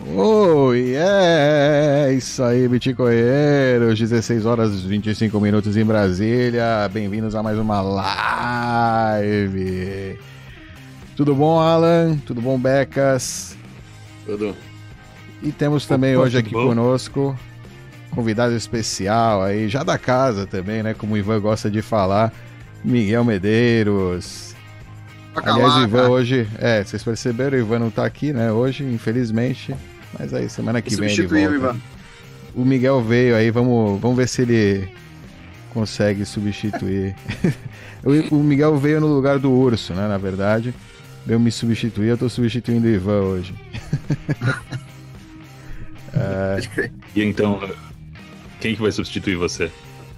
Oi, é isso aí, bitcoinheiros, 16 horas e 25 minutos em Brasília, bem-vindos a mais uma live. Tudo bom, Alan? Tudo bom, Becas? Tudo. E temos também hoje aqui conosco convidado especial aí, já da casa também, né, como o Ivan gosta de falar, Miguel Medeiros. Aliás, o Ivan hoje, vocês perceberam, o Ivan não tá aqui, né, hoje, infelizmente, mas aí semana que vem ele volta. Ivan. O Miguel veio aí, vamos ver se ele consegue substituir. O Miguel veio no lugar do Urso, né, na verdade, veio me substituir, eu tô substituindo o Ivan hoje. E então, quem que vai substituir você?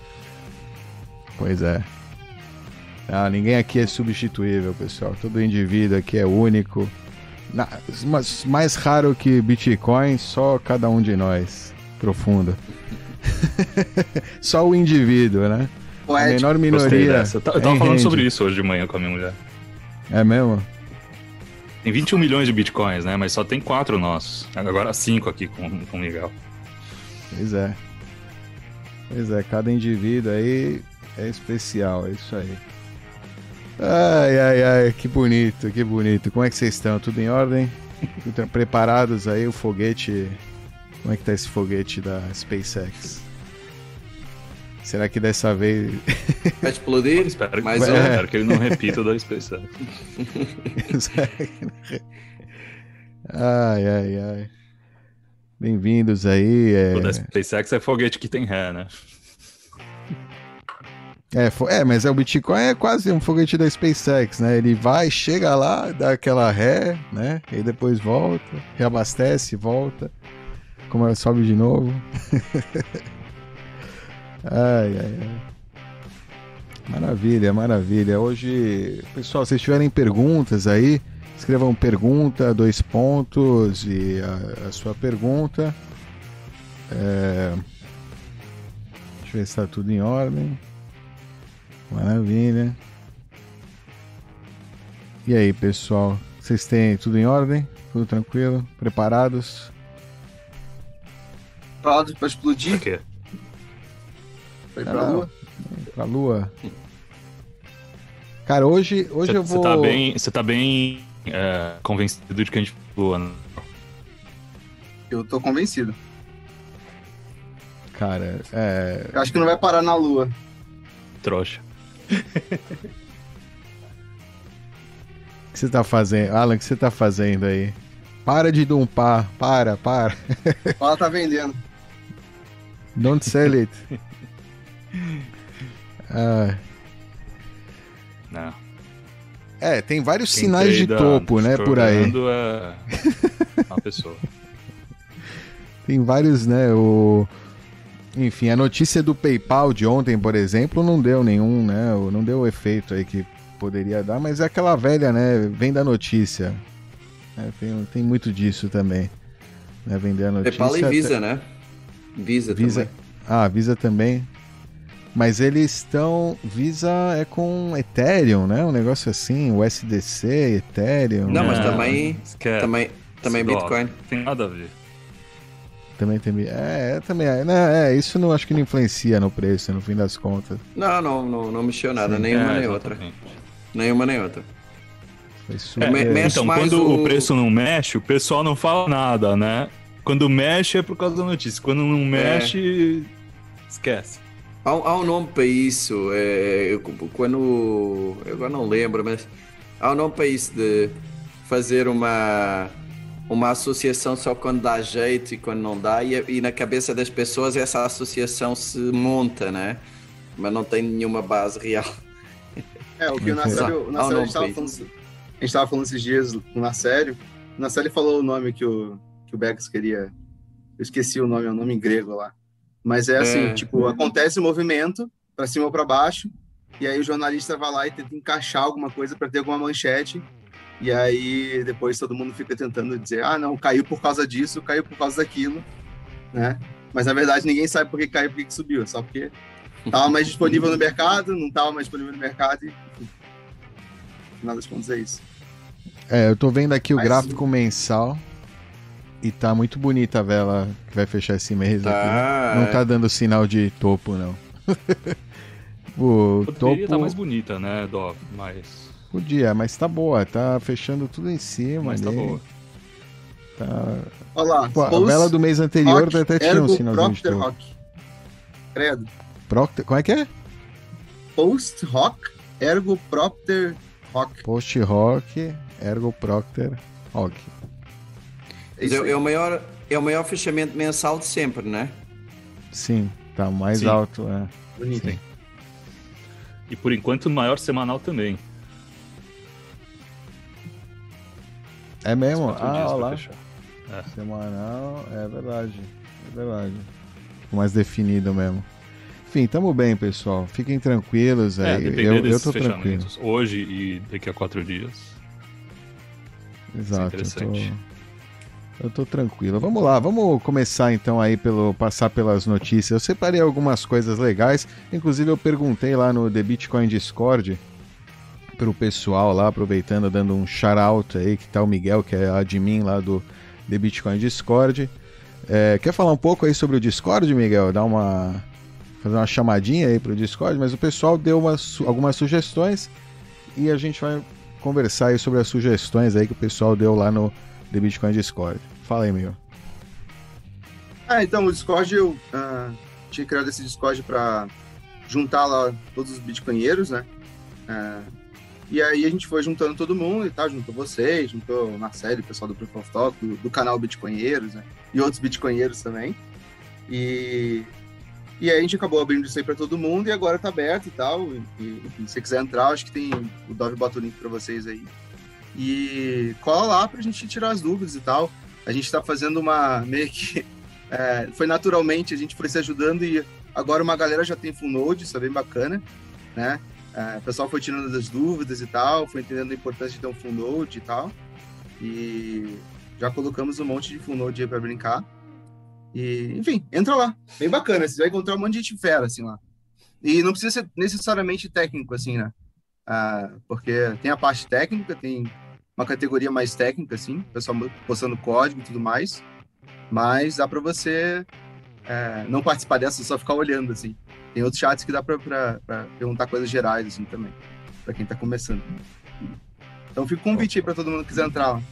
Pois é. Não, ninguém aqui é substituível, pessoal. Todo indivíduo aqui é único. Mas mais raro que Bitcoin, só cada um de nós. Profundo. Só o indivíduo, né? A menor minoria. Eu tava falando sobre isso hoje de manhã com a minha mulher. É mesmo? Tem 21 milhões de Bitcoins, né? Mas só tem 4 nossos. Agora 5 aqui com o Miguel. Pois é. Pois é, cada indivíduo aí é especial, é isso aí. Ai, que bonito, que bonito. Como é que vocês estão? Tudo em ordem? Estão preparados aí? O foguete... Como é que tá esse foguete da SpaceX? Será que dessa vez... Vai explodir? Espero que ele não repita o da SpaceX. Ai. Bem-vindos aí. O da SpaceX é foguete que tem ré, né? Mas o Bitcoin é quase um foguete da SpaceX, né? Ele vai, chega lá, dá aquela ré, né? E depois volta, reabastece, volta, sobe de novo. Ai. Maravilha. Hoje, pessoal, se tiverem perguntas aí, escrevam pergunta, 2 pontos e a sua pergunta. Deixa eu ver se está tudo em ordem. Maravilha. E aí, pessoal? Vocês têm tudo em ordem? Tudo tranquilo? Preparados? Preparados para explodir? Por quê? Foi pra Lua? Pra Lua. Cara, hoje eu vou... Você tá bem convencido de que a gente Lua, né? Eu tô convencido. Cara, Eu acho que não vai parar na Lua. Trouxa. O que você tá fazendo? Alan, o que você tá fazendo aí? Para de dumpar. Para. Ela tá vendendo. Don't sell it. Não. Tem vários sinais de topo, né, por aí. É uma pessoa. Tem vários, né, Enfim, a notícia do PayPal de ontem, por exemplo, não deu nenhum, né? Não deu o efeito aí que poderia dar, mas é aquela velha, né? Vem da notícia. Tem muito disso também. Né? Vender a notícia. PayPal e Visa, né? Visa também. Visa também. Mas eles estão... Visa é com Ethereum, né? Um negócio assim, o SDC, Ethereum. Não, mas também Bitcoin. Não tem nada a ver. Também tem. Isso não acho que não influencia no preço, no fim das contas. Não mexeu nada, nenhuma nem outra. Nenhuma nem outra. Então, quando o preço não mexe, o pessoal não fala nada, né? Quando mexe é por causa da notícia. Quando não mexe, esquece. Há um nome para isso. Eu agora não lembro, mas há um nome para isso de fazer uma associação só quando dá jeito e quando não dá, e na cabeça das pessoas essa associação se monta, né? Mas não tem nenhuma base real. O que o Nassélio a gente estava falando esses dias no Nassélio. O Nassélio falou o nome que o Becas queria. Eu esqueci o nome, é um nome em grego lá. Mas assim, acontece o movimento para cima ou para baixo, e aí o jornalista vai lá e tenta encaixar alguma coisa para ter alguma manchete. E aí, depois todo mundo fica tentando dizer, não, caiu por causa disso, caiu por causa daquilo, né? Mas, na verdade, ninguém sabe por que caiu, por que subiu, só porque estava mais disponível no mercado, não estava mais disponível no mercado, e, enfim, no final das contas, é isso. Eu tô vendo aqui o gráfico mensal. E tá muito bonita a vela que vai fechar esse mês Tá, aqui. Não tá dando sinal de topo, não. O Poderia topo tá mais bonita, né, Dó? Mas... Podia, mas tá boa. Tá fechando tudo em cima. Mas tá ali. boa. Tá... Olha lá. Pô, a vela do mês anterior até tinha um sinalzinho de topo. Rock. Credo. Procter... Como é que é? Post Rock, Ergo Propter Rock. Post Rock, Ergo Procter Rock. É o maior fechamento mensal de sempre, né? Sim, tá mais Sim. alto. Bonito. Sim. E por enquanto o maior semanal também. É mesmo? 4 dias Olha pra lá. fechar. É. Semanal, é verdade. Mais definido mesmo. Enfim, tamo bem, pessoal. Fiquem tranquilos aí. Dependendo Eu desses tô tranquilo. fechamentos. Hoje e daqui a 4 dias. Exato. Isso é interessante. Eu tô tranquilo. Vamos lá, vamos começar então aí passar pelas notícias. Eu separei algumas coisas legais. Inclusive eu perguntei lá no The Bitcoin Discord pro pessoal lá, aproveitando, dando um shout-out aí, que tá o Miguel, que é admin lá do The Bitcoin Discord. Quer falar um pouco aí sobre o Discord, Miguel? Fazer uma chamadinha aí pro Discord, mas o pessoal deu algumas sugestões e a gente vai conversar aí sobre as sugestões aí que o pessoal deu lá no The Bitcoin Discord. Fala aí, Miguel. Então, o Discord, eu tinha criado esse Discord para juntar lá todos os bitcoinheiros, né? E aí a gente foi juntando todo mundo e tal, juntou vocês, juntou o Marcelo, o pessoal do Proof of Talk, do canal Bitcoinheiros, né? E outros bitcoinheiros também. E aí a gente acabou abrindo isso aí para todo mundo e agora tá aberto e tal. E se você quiser entrar, acho que tem o Dove bota o link para vocês aí. E cola lá pra gente tirar as dúvidas e tal. A gente tá fazendo meio que... foi naturalmente, a gente foi se ajudando e agora uma galera já tem full node, isso é bem bacana, né? O pessoal foi tirando as dúvidas e tal, foi entendendo a importância de ter um full node e tal. E já colocamos um monte de full node aí pra brincar. E, enfim, entra lá. Bem bacana, você vai encontrar um monte de gente fera, assim, lá. E não precisa ser necessariamente técnico, assim, né? Porque tem a parte técnica, tem uma categoria mais técnica, assim, o pessoal postando código e tudo mais, mas dá para você não participar dessa, só ficar olhando, assim. Tem outros chats que dá para perguntar coisas gerais, assim, também, para quem tá começando. Então fica o convite aí para todo mundo que quiser entrar lá.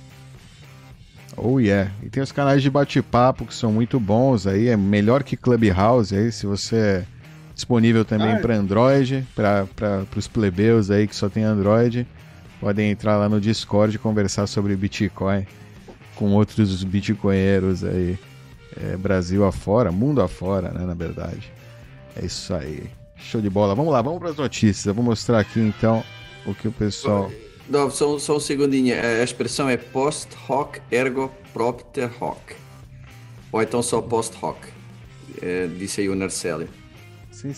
Oh yeah, e tem os canais de bate-papo que são muito bons aí, é melhor que Clubhouse aí, se você é disponível também para Android, para os plebeus aí que só tem Android, podem entrar lá no Discord e conversar sobre Bitcoin com outros bitcoinheiros aí, Brasil afora, mundo afora, né, na verdade. É isso aí. Show de bola. Vamos lá, vamos para as notícias. Eu vou mostrar aqui então o que o pessoal... Dove, só um segundinho. A expressão é post-hoc ergo propter hoc. Ou então só post-hoc. Disse aí o Narcélio. Sim,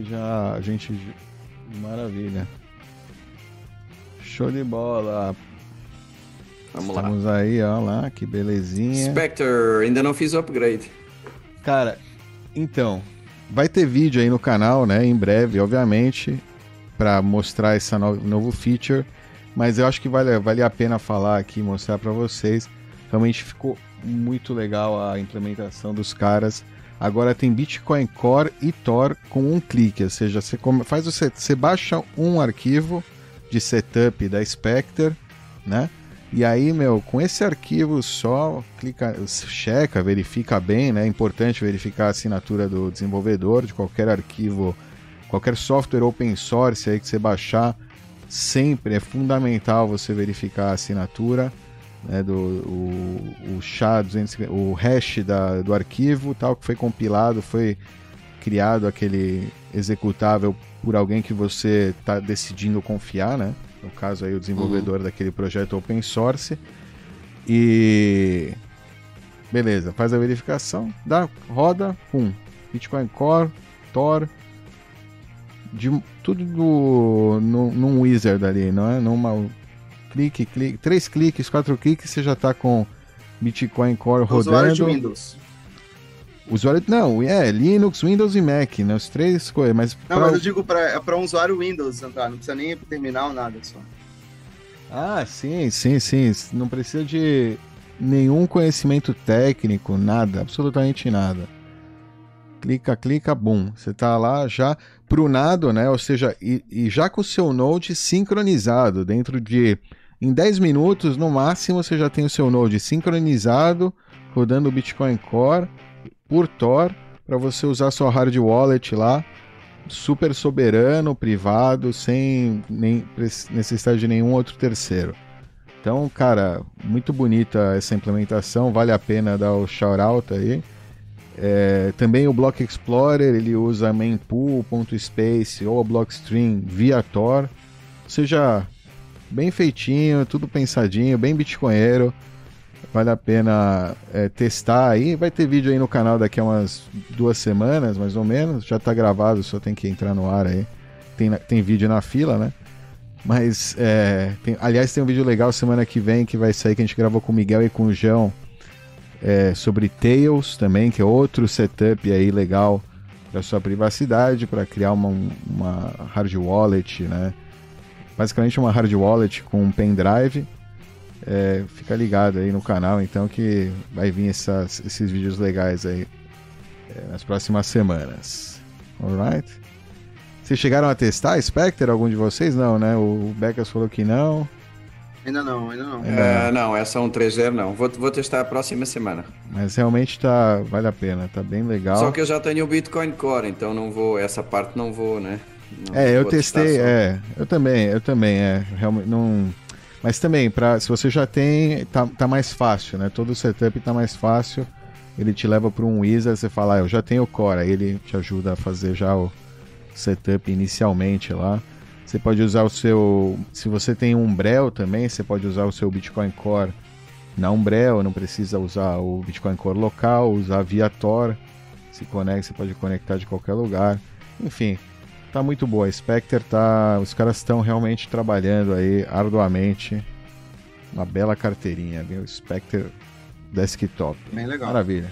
maravilha. Show de bola. Estamos lá. Aí, ó lá, que belezinha. Spectre, ainda não fiz o upgrade. Cara, então, vai ter vídeo aí no canal, né, em breve, obviamente, para mostrar esse novo feature, mas eu acho que vale a pena falar aqui, mostrar para vocês. Realmente ficou muito legal a implementação dos caras. Agora tem Bitcoin Core e Tor com um clique, ou seja, você baixa um arquivo de setup da Spectre, né? E aí, com esse arquivo só, checa, verifica bem, né? É importante verificar a assinatura do desenvolvedor de qualquer arquivo, qualquer software open source aí que você baixar, sempre é fundamental você verificar a assinatura, né, o hash do arquivo, tal, que foi compilado, foi criado aquele executável por alguém que você está decidindo confiar, né? No caso aí o desenvolvedor daquele projeto open source. E beleza, faz a verificação, roda, Bitcoin Core, Tor, tudo num wizard ali, não é? Clique, 3 cliques, 4 cliques, você já está com Bitcoin Core rodando. Usuário de Windows. Linux, Windows e Mac, né? As 3 coisas, mas... Mas eu digo para um usuário Windows entrar, não precisa nem ir pro terminal, nada só. Sim. Não precisa nenhum conhecimento técnico, nada, absolutamente nada. Clica, bum. Você tá lá já prunado, né? Ou seja, e já com o seu Node sincronizado. Dentro de... Em 10 minutos, no máximo, você já tem o seu Node sincronizado, rodando o Bitcoin Core por Tor, para você usar sua hard wallet lá, super soberano, privado, sem necessidade de nenhum outro terceiro. Então, cara, muito bonita essa implementação, vale a pena dar o shout-out aí. Também o Block Explorer, ele usa mempool.space ou a Blockstream via Tor, ou seja, bem feitinho, tudo pensadinho, bem bitcoinheiro, vale a pena testar aí. Vai ter vídeo aí no canal daqui a umas 2 semanas, mais ou menos, já tá gravado, só tem que entrar no ar aí, tem vídeo na fila, né? Mas, aliás, tem um vídeo legal semana que vem que vai sair, que a gente gravou com o Miguel e com o João, sobre Tails também, que é outro setup aí legal para sua privacidade, para criar uma hard wallet, né? Basicamente uma hard wallet com um pendrive. Fica ligado aí no canal, então, que vai vir esses vídeos legais aí nas próximas semanas. Alright? Vocês chegaram a testar Spectre, algum de vocês? Não, né? O Becas falou que não. Ainda não. Não, essa 1.3.0 não. Vou testar a próxima semana. Mas realmente vale a pena, tá bem legal. Só que eu já tenho o Bitcoin Core, então não vou, essa parte não vou, né? Eu testei, eu também, realmente não... Mas também, se você já tem, tá mais fácil, né? Todo o setup tá mais fácil, ele te leva para um wizard, você fala, eu já tenho o Core, aí ele te ajuda a fazer já o setup inicialmente lá. Você pode usar o seu... Se você tem um Umbrel também, você pode usar o seu Bitcoin Core na Umbrel, não precisa usar o Bitcoin Core local, usar via Tor, você pode conectar de qualquer lugar. Enfim, tá muito boa. A Spectre os caras estão realmente trabalhando aí arduamente. Uma bela carteirinha, viu? Spectre Desktop. Bem legal. Maravilha.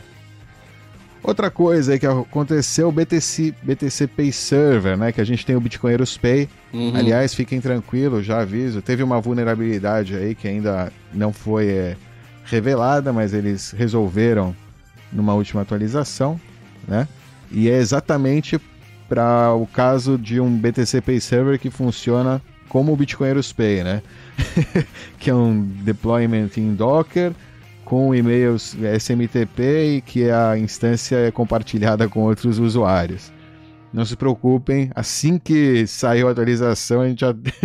Outra coisa aí que aconteceu, o BTC Pay Server, né? Que a gente tem o Bitcoinheiros Pay. Uhum. Aliás, fiquem tranquilos, já aviso. Teve uma vulnerabilidade aí que ainda não foi revelada, mas eles resolveram numa última atualização, né? E é exatamente para o caso de um BTC Pay Server que funciona como o Bitcoinheiros Pay, né? Que é um deployment em Docker, com e-mails SMTP e que a instância é compartilhada com outros usuários. Não se preocupem, assim que saiu a atualização, a gente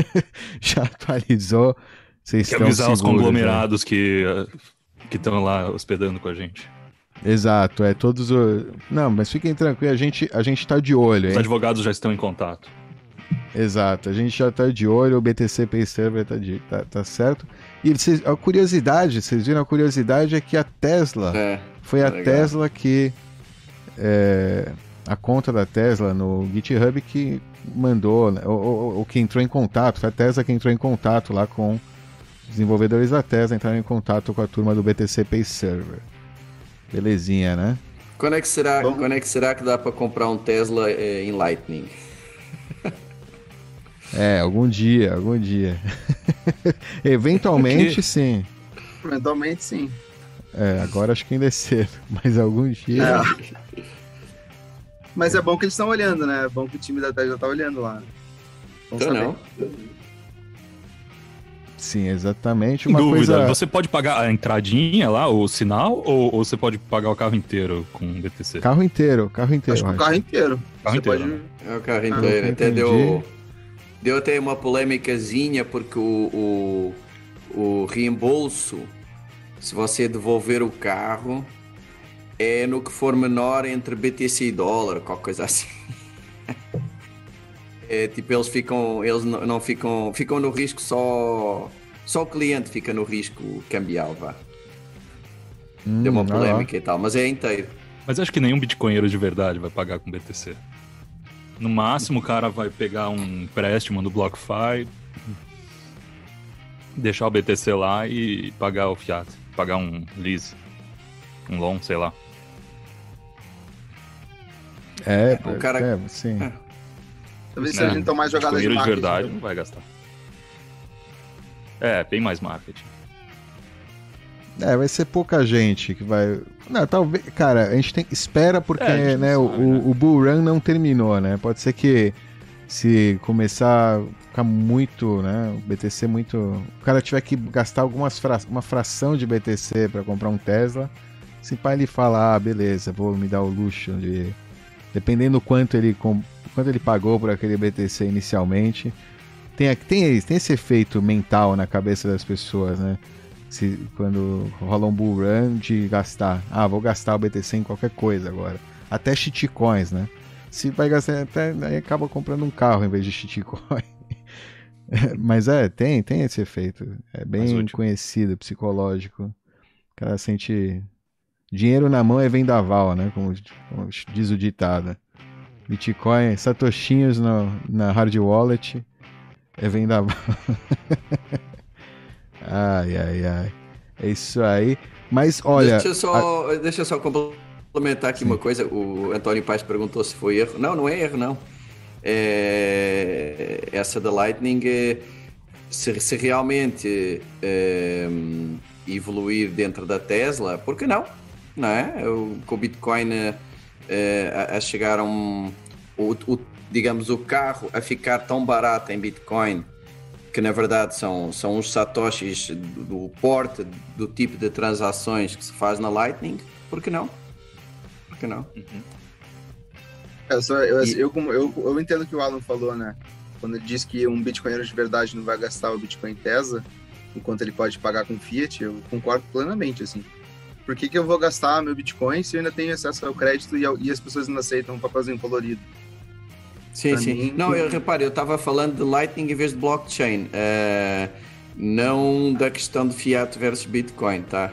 já atualizou. Vocês estão avisar seguros, os conglomerados, né? que estão lá hospedando com a gente. Exato, todos Não, mas fiquem tranquilos, a gente tá de olho, hein? Os advogados já estão em contato. Exato, a gente já tá de olho, o BTC Pay Server tá certo. E a curiosidade, vocês viram, a curiosidade é que a Tesla, foi a legal. Tesla que, a conta da Tesla no GitHub que mandou, né, ou que entrou em contato, foi a Tesla que entrou em contato lá com os desenvolvedores da Tesla, entraram em contato com a turma do BTC Pay Server. Belezinha, né? Quando é que será que dá para comprar um Tesla em Lightning? Algum dia. Eventualmente, sim. Eventualmente, sim. Agora acho que ainda é cedo, mas algum dia... Mas é bom que eles estão olhando, né? É bom que o time da Tesla tá olhando lá. Não. Sim, exatamente. Uma dúvida, você pode pagar a entradinha lá, o sinal, ou você pode pagar o carro inteiro com o BTC? Carro inteiro. Acho que o carro inteiro. Carro inteiro. Pode... É o carro inteiro. Até deu até uma polêmicazinha, porque o reembolso, se você devolver o carro, é no que for menor entre BTC e dólar, qualquer coisa assim. Tipo, eles não ficam no risco, só o cliente fica no risco cambial, vá. Deu uma polêmica e tal, mas é inteiro. Mas acho que nenhum bitcoinheiro de verdade vai pagar com BTC. No máximo, o cara vai pegar um empréstimo do BlockFi, deixar o BTC lá e pagar o fiat, pagar um lease, um loan, sei lá. O cara... sim. Talvez se a gente tomar jogadas de marketing. De verdade não vai gastar. Bem mais marketing. Vai ser pouca gente que vai... Não, talvez... Cara, a gente espera porque né, o Bull Run não terminou, né? Pode ser que se começar a ficar muito, né? O BTC muito... O cara tiver que gastar uma fração de BTC para comprar um Tesla, se pá, ele fala, beleza, vou me dar o luxo de... Dependendo quanto ele pagou por aquele BTC inicialmente. Tem esse efeito mental na cabeça das pessoas, né? Quando rola um bull run de gastar. Vou gastar o BTC em qualquer coisa agora. Até shitcoins, né? Se vai gastar, aí acaba comprando um carro em vez de shitcoin. Mas tem esse efeito. É bem conhecido, psicológico. O cara sente... Dinheiro na mão é vendaval, né? Como diz o ditado. Bitcoin, satoshinhos na hard wallet é vendaval. Ai. É isso aí. Mas olha... Deixa eu só complementar aqui uma coisa. O António Paes perguntou se foi erro. Não é erro, não. Essa da Lightning, se realmente evoluir dentro da Tesla, por que não? Não é? Com o Bitcoin a chegar a digamos, o carro a ficar tão barato em Bitcoin, que na verdade são os satoshis do porte do tipo de transações que se faz na Lightning, por que não? Uhum. Eu entendo o que o Alan falou, né? Quando ele diz que um bitcoinheiro de verdade não vai gastar o Bitcoin Tesla, enquanto ele pode pagar com Fiat, eu concordo plenamente, assim. Por que eu vou gastar meu Bitcoin se eu ainda tenho acesso ao crédito e as pessoas ainda aceitam um papelzinho colorido? Sim. Não, eu estava falando de Lightning em vez de blockchain, não da questão de Fiat versus Bitcoin, tá?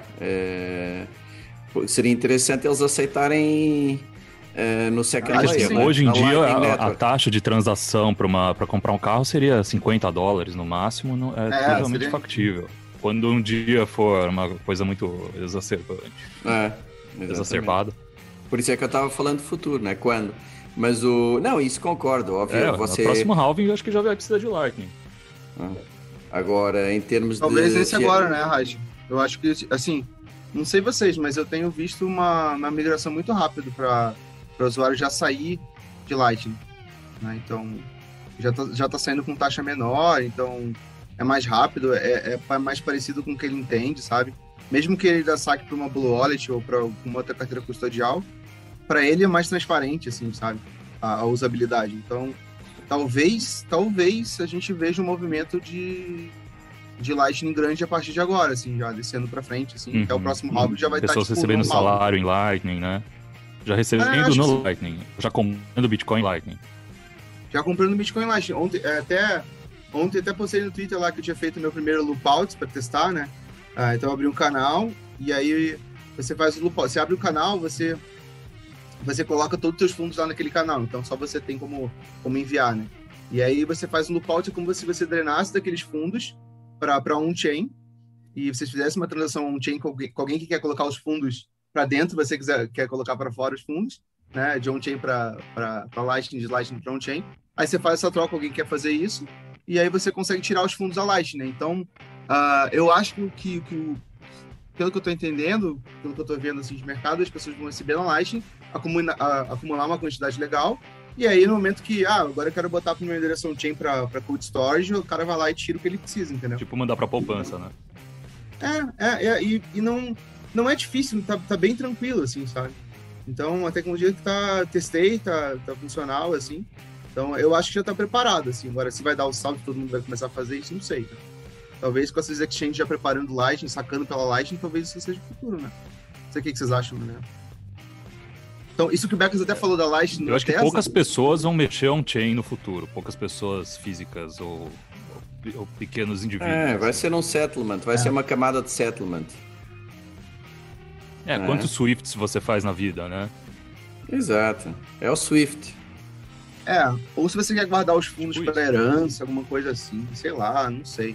Seria interessante eles aceitarem no second layer. Hoje em dia a taxa de transação para comprar um carro seria $50 no máximo, totalmente factível. Quando um dia for uma coisa muito exacerbada. Por isso é que eu estava falando do futuro, né? Quando? Mas não, isso concordo, óbvio. No próximo halving eu acho que já vai precisar de Lightning. Agora, em termos Talvez esse agora, né, Raj? Eu acho que, assim, não sei vocês, mas eu tenho visto uma migração muito rápida para o usuário já sair de Lightning, né? Então, já tá saindo com taxa menor, então é mais rápido, é mais parecido com o que ele entende, sabe? Mesmo que ele já saque para uma Blue Wallet ou para uma outra carteira custodial, para ele é mais transparente, assim, sabe? A usabilidade. Então, talvez a gente veja um movimento de Lightning grande a partir de agora, assim, já descendo para frente, assim, até o próximo halving já vai estar pessoas recebendo salário em Lightning, né? Já recebendo no Lightning, já comprando Bitcoin Lightning. Já comprando Bitcoin Lightning. Ontem até postei no Twitter lá que eu tinha feito meu primeiro loopouts para testar, né? Então eu abri um canal e aí você faz o loopout. Você abre o canal, você coloca todos os seus fundos lá naquele canal. Então só você tem como enviar, né? E aí você faz um loopout como se você drenasse daqueles fundos para on-chain e você fizesse uma transação on-chain com alguém que quer colocar os fundos para dentro, você quer colocar para fora os fundos, né? De on-chain para Lightning, de Lightning para on-chain. Aí você faz essa troca, alguém quer fazer isso, e aí você consegue tirar os fundos da Lightning, né? Então, eu acho que pelo que eu estou entendendo, pelo que eu estou vendo assim, de mercado, as pessoas vão receber na Lightning, acumular uma quantidade legal, e aí no momento que, agora eu quero botar para o meu endereço on-chain para cold storage, o cara vai lá e tira o que ele precisa, entendeu? Tipo mandar para poupança, né? E não é difícil, tá bem tranquilo, assim, sabe? Então, a tecnologia que testei, tá funcional, assim. Então, eu acho que já tá preparado, assim. Agora, se vai dar o salto, todo mundo vai começar a fazer isso, não sei. Tá? Talvez com essas exchanges já preparando Lightning, sacando pela Lightning, talvez isso seja o futuro, né? Não sei o que vocês acham, né? Então, isso que o Becas até falou da Lightning... Eu acho que poucas pessoas vão mexer on-chain no futuro. Poucas pessoas físicas ou pequenos indivíduos. Vai ser um settlement, vai ser uma camada de settlement. Quantos Swifts você faz na vida, né? Exato. É o Swift. Ou se você quer guardar os fundos para herança, alguma coisa assim. Sei lá, não sei.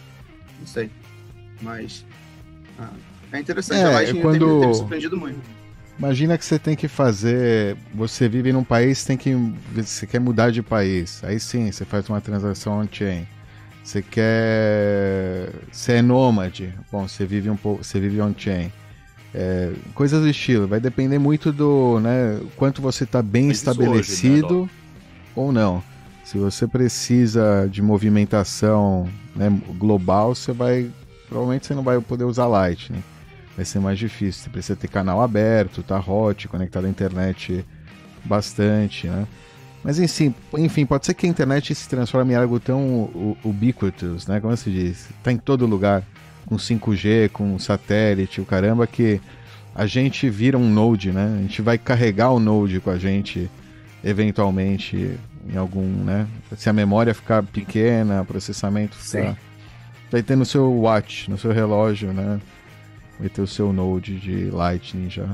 Mas é interessante. A Lightning tem me surpreendido muito. Imagina que você tem que fazer... Você vive num país, você quer mudar de país. Aí sim, você faz uma transação on-chain. Você quer... Você é nômade. Bom, você vive um pouco, você vive on-chain. Coisas do estilo. Vai depender muito do, né, quanto você está bem estabelecido hoje, né, ou não. Se você precisa de movimentação, né, global, provavelmente você não vai poder usar Lightning. Vai ser mais difícil. Você precisa ter canal aberto, tá hot, conectado à internet bastante, né? Mas enfim, pode ser que a internet se transforme em algo tão ubiquitous, né? Como se diz? Tá em todo lugar, com 5G, com satélite, o caramba, que a gente vira um node, né? A gente vai carregar o node com a gente, eventualmente, em algum, né? Se a memória ficar pequena, o processamento ficar... Vai ter no seu watch, no seu relógio, né? Vai ter o seu node de Lightning já.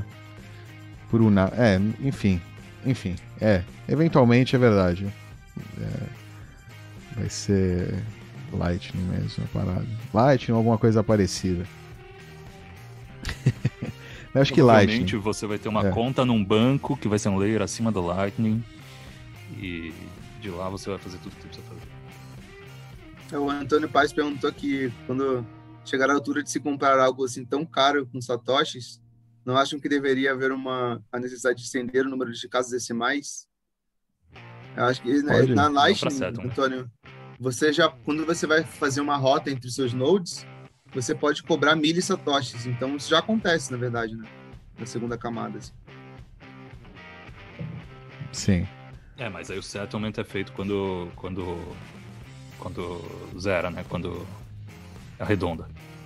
Enfim, eventualmente é verdade. Vai ser Lightning mesmo a parada. Lightning ou alguma coisa parecida. Eu acho que Lightning. Você vai ter uma conta num banco que vai ser um layer acima do Lightning. E de lá você vai fazer tudo que você precisa fazer. O Antônio Paes perguntou que quando chegar à altura de se comprar algo assim tão caro com satoshis, não acham que deveria haver a necessidade de estender o número de casas decimais? Eu acho que na Lightning, Antônio, quando você vai fazer uma rota entre os seus nodes, você pode cobrar 1000 satoshis. Então isso já acontece, na verdade, né? Na segunda camada. Assim. Sim. Mas aí o settlement é feito quando zera, né? Quando arredonda.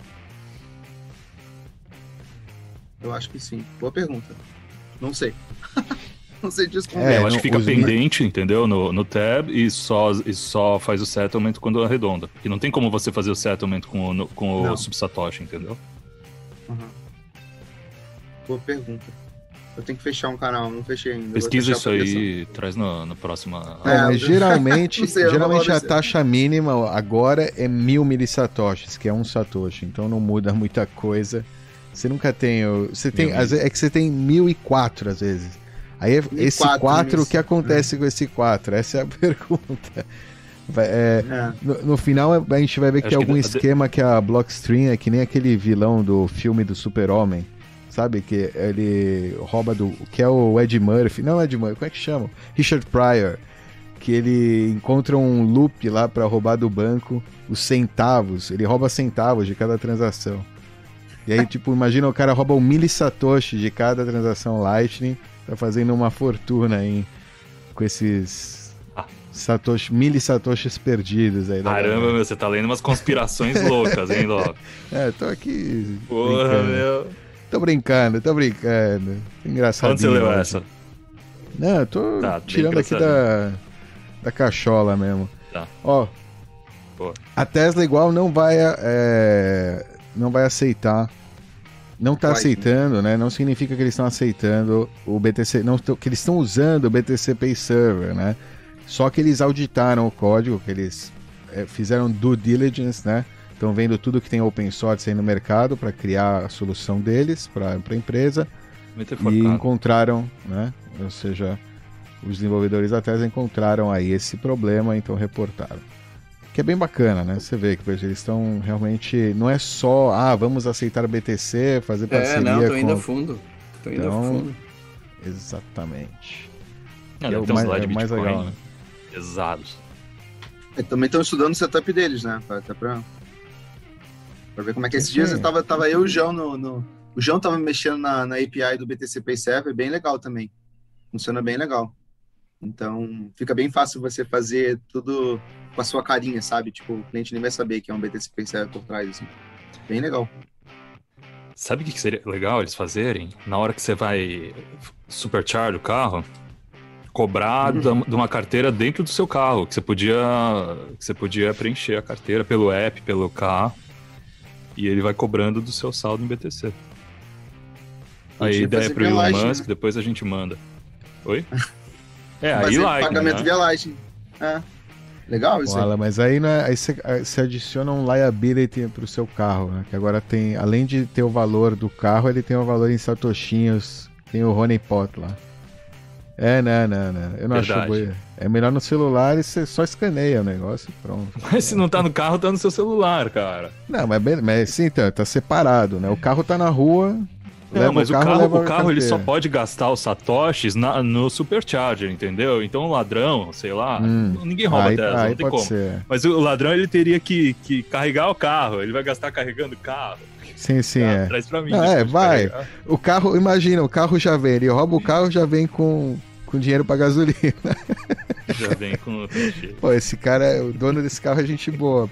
Eu acho que sim. Boa pergunta. Não sei. Não sei disso. Eu acho que fica pendente, entendeu? No tab e só faz o settlement quando arredonda. E não tem como você fazer o settlement com o subsatoshi, entendeu? Uhum. Boa pergunta. Eu tenho que fechar um canal, não fechei ainda. Pesquisa isso aí, traz no próximo... mas geralmente a taxa mínima agora é 1000 milissatoshis, que é um satoshi. Então não muda muita coisa. Você nunca tem... É que você tem 1004 às vezes. Aí esse 4, o que acontece com esse 4? Essa é a pergunta. No final a gente vai ver que tem algum esquema que a Blockstream é que nem aquele vilão do filme do Super-Homem. Sabe? Que ele rouba que é o Ed Murphy. Não é Ed Murphy, como é que chama? Richard Pryor. Que ele encontra um loop lá pra roubar do banco os centavos. Ele rouba centavos de cada transação. E aí, imagina o cara rouba 1000 satoshi de cada transação Lightning. Tá fazendo uma fortuna aí com esses 1000 satoshis perdidos aí. Caramba, você tá lendo umas conspirações loucas, hein, Ló? Tô aqui. Porra, brincando. meu. Tô brincando. Engraçado. Onde você leu essa? Não, eu tô tirando aqui da cachola mesmo. Tá. Ó, a Tesla igual não vai aceitar. Não está aceitando, né? Não significa que eles estão aceitando o BTC, que eles estão usando o BTC Pay Server, né? Só que eles auditaram o código, que eles fizeram due diligence, né? Estão vendo tudo que tem open source aí no mercado para criar a solução deles para a empresa e encontraram, né? Ou seja, os desenvolvedores da Tesla encontraram aí esse problema, então reportaram. Que é bem bacana, né? Você vê que eles estão realmente... Não é só, vamos aceitar BTC, fazer parceria tô indo a fundo. Tô indo a fundo. Exatamente. Tem uns lá de Bitcoin legal, né? Pesados. Também estão estudando o setup deles, né? Até pra ver como é que esses dias tava eu e o João O João tava mexendo na API do BTC Pay Server, bem legal também. Funciona bem legal. Então, fica bem fácil você fazer tudo com a sua carinha, sabe? O cliente nem vai saber que é um BTC Pay Server por trás, assim. Bem legal. Sabe o que seria legal eles fazerem? Na hora que você vai supercharge o carro, cobrar de uma carteira dentro do seu carro, que você podia preencher a carteira pelo app, pelo carro, e ele vai cobrando do seu saldo em BTC. A ideia é pro Elon Musk, depois a gente manda. Oi? Aí Lightning, pagamento via Lightning. Legal isso aí. Mas aí, né, aí você adiciona um liability pro seu carro, né? Que agora tem, além de ter o valor do carro, ele tem o valor em satoshinhos, tem o honeypot lá. Não. Eu não acho boa. É melhor no celular e você só escaneia o negócio e pronto. Mas se não tá no carro, tá no seu celular, cara. Não, mas sim, então, tá separado, né? O carro tá na rua. Não, mas o carro ele só pode gastar os satoshis no Supercharger, entendeu? Então o ladrão, sei lá, ninguém rouba Tesla, não tem como. Ser. Mas o ladrão ele teria que carregar o carro, ele vai gastar carregando o carro. Sim, Traz pra mim. Vai. Carregar. O carro, imagina, o carro já vem, ele rouba o carro, já vem com dinheiro pra gasolina. Já vem com... Pô, esse cara, o dono desse carro é gente boa.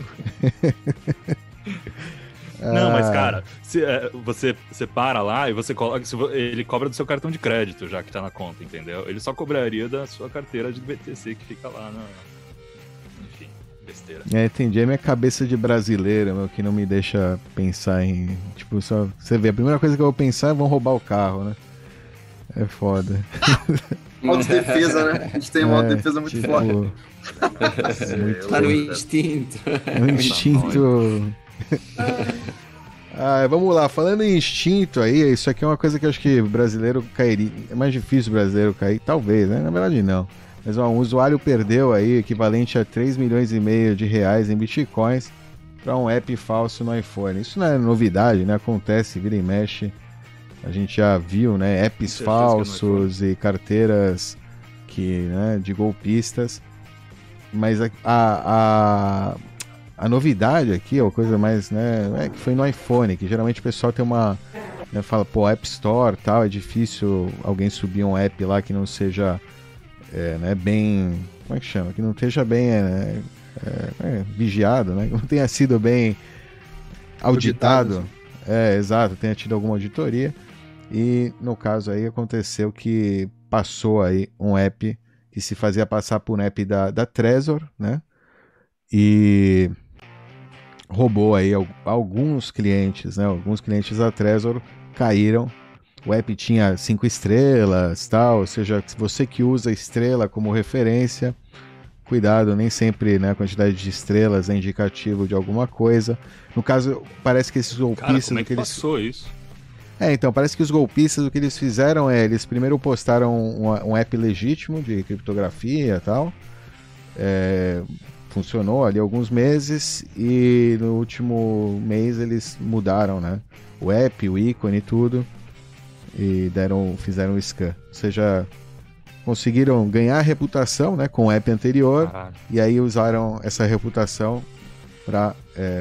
Não, mas cara, você para lá e você coloca, ele cobra do seu cartão de crédito, já que tá na conta, entendeu? Ele só cobraria da sua carteira de BTC que fica lá na... Enfim, besteira. Entendi. É minha cabeça de brasileiro, meu, que não me deixa pensar em... Tipo, só... Você vê, a primeira coisa que eu vou pensar é vão roubar o carro, né? É foda. Autodefesa, né? A gente tem uma autodefesa muito forte. Tá no instinto. No instinto... Vamos lá, falando em instinto aí, isso aqui é uma coisa que eu acho que o brasileiro cairia. É mais difícil o brasileiro cair, talvez, né? Na verdade não. Mas um usuário perdeu aí equivalente a 3,5 milhões de reais em bitcoins para um app falso no iPhone. Isso não é novidade, né? Acontece, vira e mexe. A gente já viu, né? Apps falsos e carteiras de golpistas. Mas a novidade aqui, a coisa mais, né, que foi no iPhone, que geralmente o pessoal tem uma, né, fala, pô, App Store, tal, é difícil alguém subir um app lá que não seja, né, bem, como é que chama? Que não esteja bem vigiado, né, que não tenha sido bem auditado. Exato, tenha tido alguma auditoria. E no caso aí aconteceu que passou aí um app que se fazia passar por um app da Trezor, né, e roubou aí alguns clientes, né? Alguns clientes da Trezor caíram. O app tinha 5 estrelas, tal, ou seja, se você que usa estrela como referência, cuidado, nem sempre, né, a quantidade de estrelas é indicativo de alguma coisa. No caso, parece que esses golpistas... Cara, como é que passou isso? Então, parece que os golpistas, o que eles fizeram eles primeiro postaram um app legítimo de criptografia e tal, funcionou ali alguns meses e no último mês eles mudaram, né, o app, o ícone e tudo, e fizeram o scan. Ou seja, conseguiram ganhar reputação, né, com o app anterior. E aí usaram essa reputação para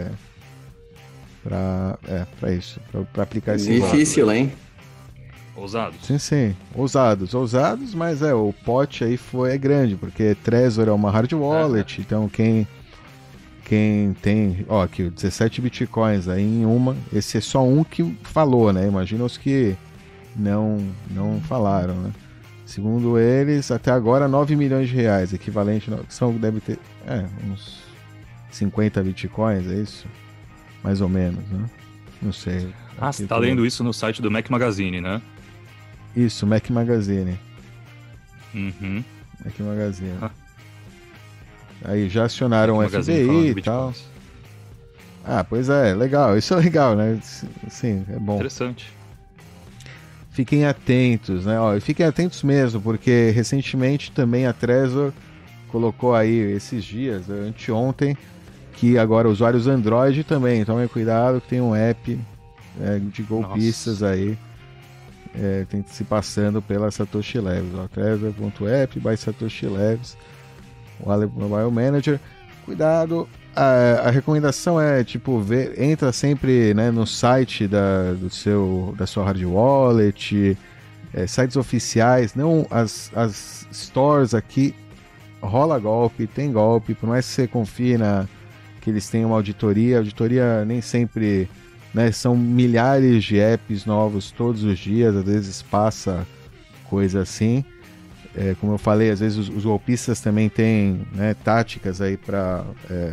isso, para aplicar esse difícil, hein? Ousados. Sim, ousados, mas o pote aí é grande, porque Trezor é uma hard wallet, então quem tem, aqui, 17 bitcoins aí em uma, esse é só um que falou, né, imagina os que não falaram, né, segundo eles, até agora 9 milhões de reais, equivalente, deve ter, uns 50 bitcoins, é isso? Mais ou menos, né, não sei. Você tá lendo isso no site do Mac Magazine, né? Isso, Mac Magazine. Uhum. Mac Magazine. Aí já acionaram o FBI e tal. Pois legal. Isso é legal, né? Sim, é bom. Interessante. Fiquem atentos, né? Fiquem atentos mesmo, porque recentemente também a Trezor colocou aí esses dias, anteontem, que agora usuários Android também. Tomem cuidado que tem um app de golpistas. Nossa. Aí. Tem se passando pela Satoshi Labs, Trezor.app by Satoshi Labs, o Wallet Mobile Manager. Cuidado, a recomendação é entra sempre, né, no site da sua hard wallet, sites oficiais, não as stores aqui, rola golpe, tem golpe, por mais que você confie que eles tenham uma auditoria nem sempre... Né, são milhares de apps novos todos os dias, às vezes passa coisa assim. Como eu falei, às vezes os golpistas também têm, né, táticas aí para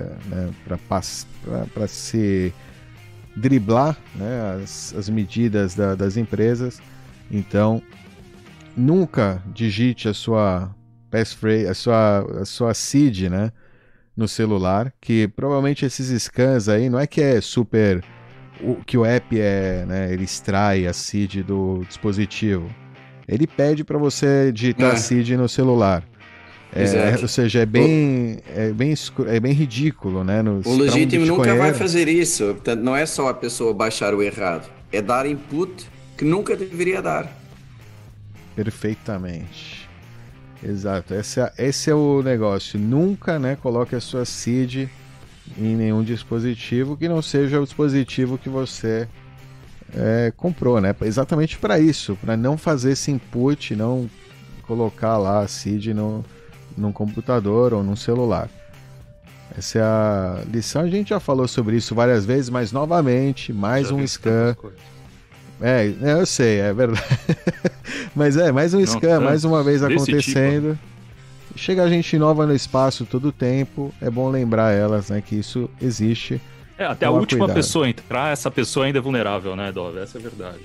se driblar, né, as medidas das empresas. Então, nunca digite a sua passphrase, a sua seed, né, no celular, que provavelmente esses scans aí não é que é super... que o app né, ele extrai a seed do dispositivo. ele pede para você digitar seed no celular. Ou seja, é bem ridículo, né? O legítimo nunca vai fazer isso. Portanto, não é só a pessoa baixar o errado, é dar input que nunca deveria dar. Perfeitamente. Exato. Esse é o negócio. Nunca, né, coloque a sua seed em nenhum dispositivo que não seja o dispositivo que você comprou, né? Exatamente para isso, para não fazer esse input, não colocar lá a seed num computador ou num celular. Essa é a lição. A gente já falou sobre isso várias vezes, mas novamente, mais um scam. Eu sei, é verdade. Mas mais um scam, mais uma vez acontecendo. Tipo. Chega a gente nova no espaço todo o tempo, é bom lembrar elas, né, que isso existe. Até a última pessoa entrar, essa pessoa ainda é vulnerável, né, Dove? Essa é a verdade.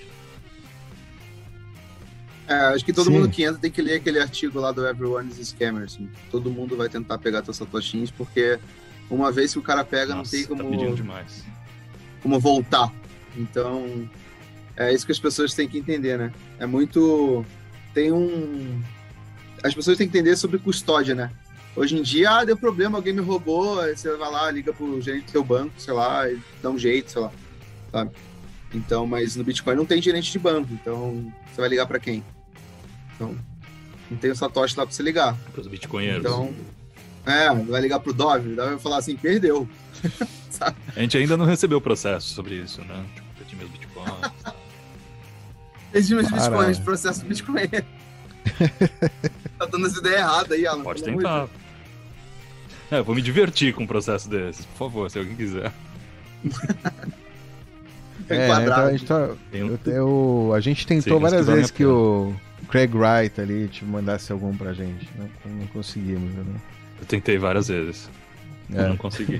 Acho que todo mundo que entra tem que ler aquele artigo lá do Everyone is a Scammer. Assim. Todo mundo vai tentar pegar teus satoshinhos, porque uma vez que o cara pega, não tem como, como voltar. Então, é isso que as pessoas têm que entender, né? As pessoas têm que entender sobre custódia, né? Hoje em dia, deu problema, alguém me roubou, aí você vai lá, liga pro gerente do seu banco, sei lá, e dá um jeito, sei lá, sabe? Então, mas no Bitcoin não tem gerente de banco, então você vai ligar para quem? Então, não tem o Satoshi lá para você ligar. Para os bitcoinheiros. Então, vai ligar pro Dove, vai falar assim, perdeu. Sabe? A gente ainda não recebeu processo sobre isso, né? Tipo, perdi meus bitcoins. Perdi meus bitcoins, processo do Bitcoin. Tá dando as ideias erradas aí, Alan. Pode tentar. Eu vou me divertir com um processo desses, por favor, se alguém quiser. Então a gente tentou várias vezes que o Craig Wright ali mandasse algum pra gente. Não conseguimos, né? Eu tentei várias vezes. Eu não consegui.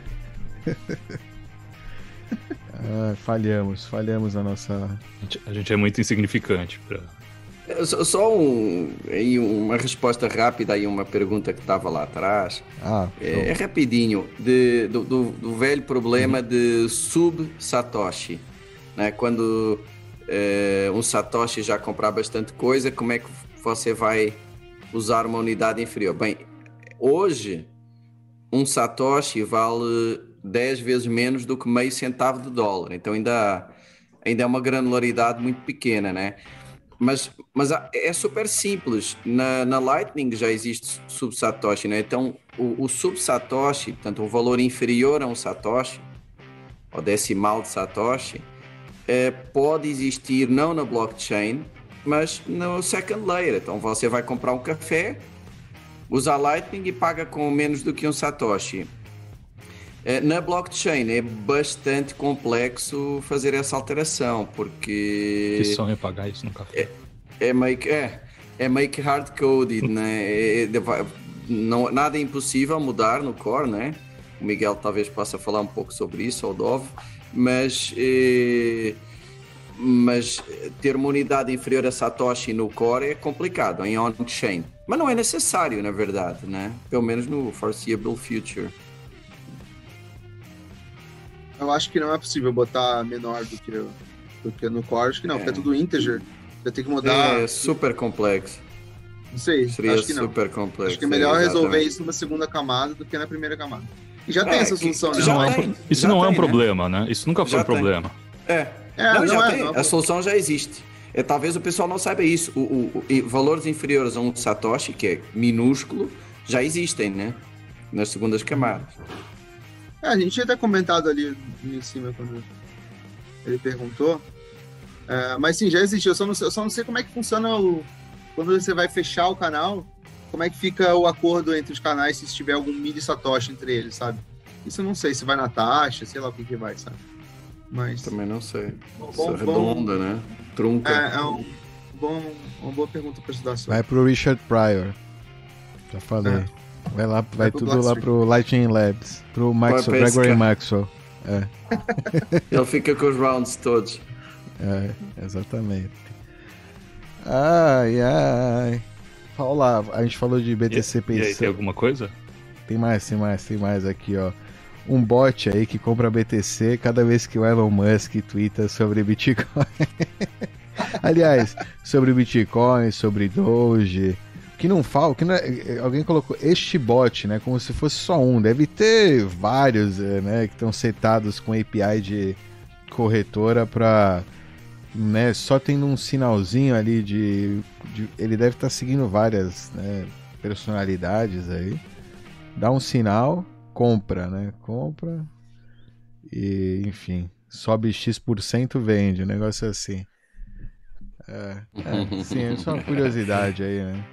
Falhamos na nossa... A gente é muito insignificante pra... Só uma resposta rápida aí, uma pergunta que estava lá atrás. É rapidinho, do velho problema de sub-Satoshi. Né? Quando um Satoshi já comprar bastante coisa, como é que você vai usar uma unidade inferior? Bem, hoje um Satoshi vale 10 vezes menos do que meio centavo de dólar. Então ainda é uma granularidade muito pequena, né? Mas é super simples. Na Lightning já existe sub-Satoshi, né? Então, o sub-Satoshi, portanto, um valor inferior a um Satoshi, ou decimal de Satoshi, pode existir não na blockchain, mas no second layer. Então, você vai comprar um café, usa a Lightning e paga com menos do que um Satoshi. Na blockchain é bastante complexo fazer essa alteração, porque... Que sonho pagar isso no café. É meio que hard-coded, né? Nada é impossível mudar no core, né? O Miguel talvez possa falar um pouco sobre isso, ou o Dove, mas ter uma unidade inferior a Satoshi no core é complicado, em on-chain. Mas não é necessário, na verdade, né? Pelo menos no foreseeable future. Eu acho que não é possível botar menor do que no core, acho que não, porque é tudo integer. Vai ter que mudar. É super complexo. Não sei, seria acho que não. Super complexo. Acho que é melhor resolver isso numa segunda camada do que na primeira camada. E já tem essa solução, né? Isso não é um problema, né? Isso nunca foi um problema. A solução já existe. Talvez o pessoal não saiba isso. Valores inferiores a um Satoshi, que é minúsculo, já existem, né? Nas segundas camadas. A gente tinha até comentado ali em cima quando ele perguntou. Mas sim, já existe. Eu só não sei como é que funciona quando você vai fechar o canal, como é que fica o acordo entre os canais se tiver algum mini Satoshi entre eles, sabe? Isso eu não sei, se vai na taxa, sei lá o que vai, sabe? Mas... Também não sei. Redonda, né? Trunca. Uma boa pergunta para estudar sobre. Vai pro Richard Pryor. Já falei. Vai tudo lá pro Lightning Labs, pro Gregory Maxwell. Ele fica com os rounds todos. Exatamente. Ai. Olá, a gente falou de BTC Pay. E aí, tem alguma coisa? Tem mais aqui, ó. Um bot aí que compra BTC cada vez que o Elon Musk twitta sobre Bitcoin. Aliás, sobre Bitcoin, sobre Doge, que não fala, alguém colocou este bot, né? Como se fosse só um. Deve ter vários, né? Que estão setados com API de corretora para, né? Só tendo um sinalzinho ali ele deve estar seguindo várias, né, personalidades aí. Dá um sinal, compra, né? Compra e, enfim, sobe X%, vende, um negócio assim. Sim, é só uma curiosidade aí, né?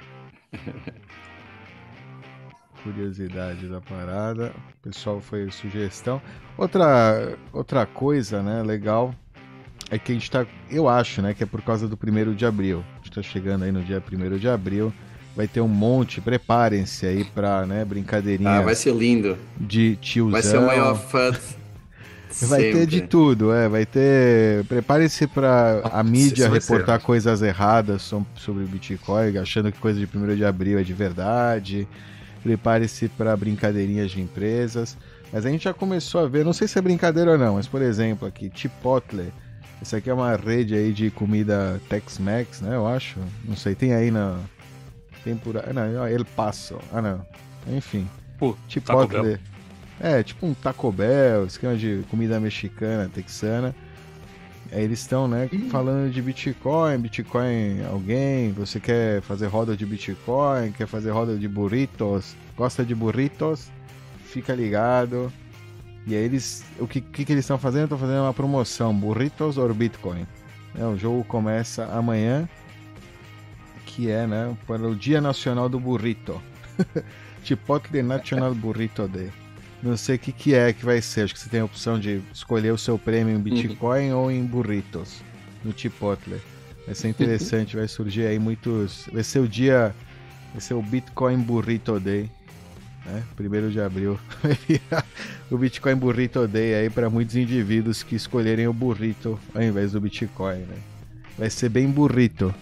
Curiosidade da parada. O pessoal foi sugestão. Outra coisa, né, legal, é que a gente tá, eu acho, né, que é por causa do 1º de abril. A gente tá chegando aí no dia 1º de abril. Vai ter um monte, preparem-se aí pra, né, brincadeirinha. Vai ser lindo. De tiozão. Vai ser o maior fã. Vai ter de tudo, vai ter. Prepare-se para a mídia reportar coisas erradas sobre o Bitcoin, achando que coisa de 1º de abril é de verdade. Prepare-se para brincadeirinhas de empresas. Mas a gente já começou a ver, não sei se é brincadeira ou não, mas por exemplo aqui, Chipotle. Essa aqui é uma rede aí de comida Tex-Mex, né? Eu acho. Não sei, tem aí na. Tem por aí. Não, El Paso. Não. Enfim. Chipotle. Tipo um Taco Bell, esquema de comida mexicana, texana. Aí eles estão, né, falando de Bitcoin, alguém, você quer fazer roda de Bitcoin, quer fazer roda de burritos, gosta de burritos, fica ligado. E aí o que eles estão fazendo? Estão fazendo uma promoção, burritos or Bitcoin. O jogo começa amanhã, que é, né, para o Dia Nacional do Burrito. Chipotle National Burrito Day. Não sei o que é que vai ser. Acho que você tem a opção de escolher o seu prêmio em Bitcoin ou em burritos no Chipotle. Vai ser interessante, vai surgir aí muitos. Vai ser o Bitcoin Burrito Day, né? 1º de abril. Vai virar o Bitcoin Burrito Day aí para muitos indivíduos que escolherem o burrito ao invés do Bitcoin, né? Vai ser bem burrito.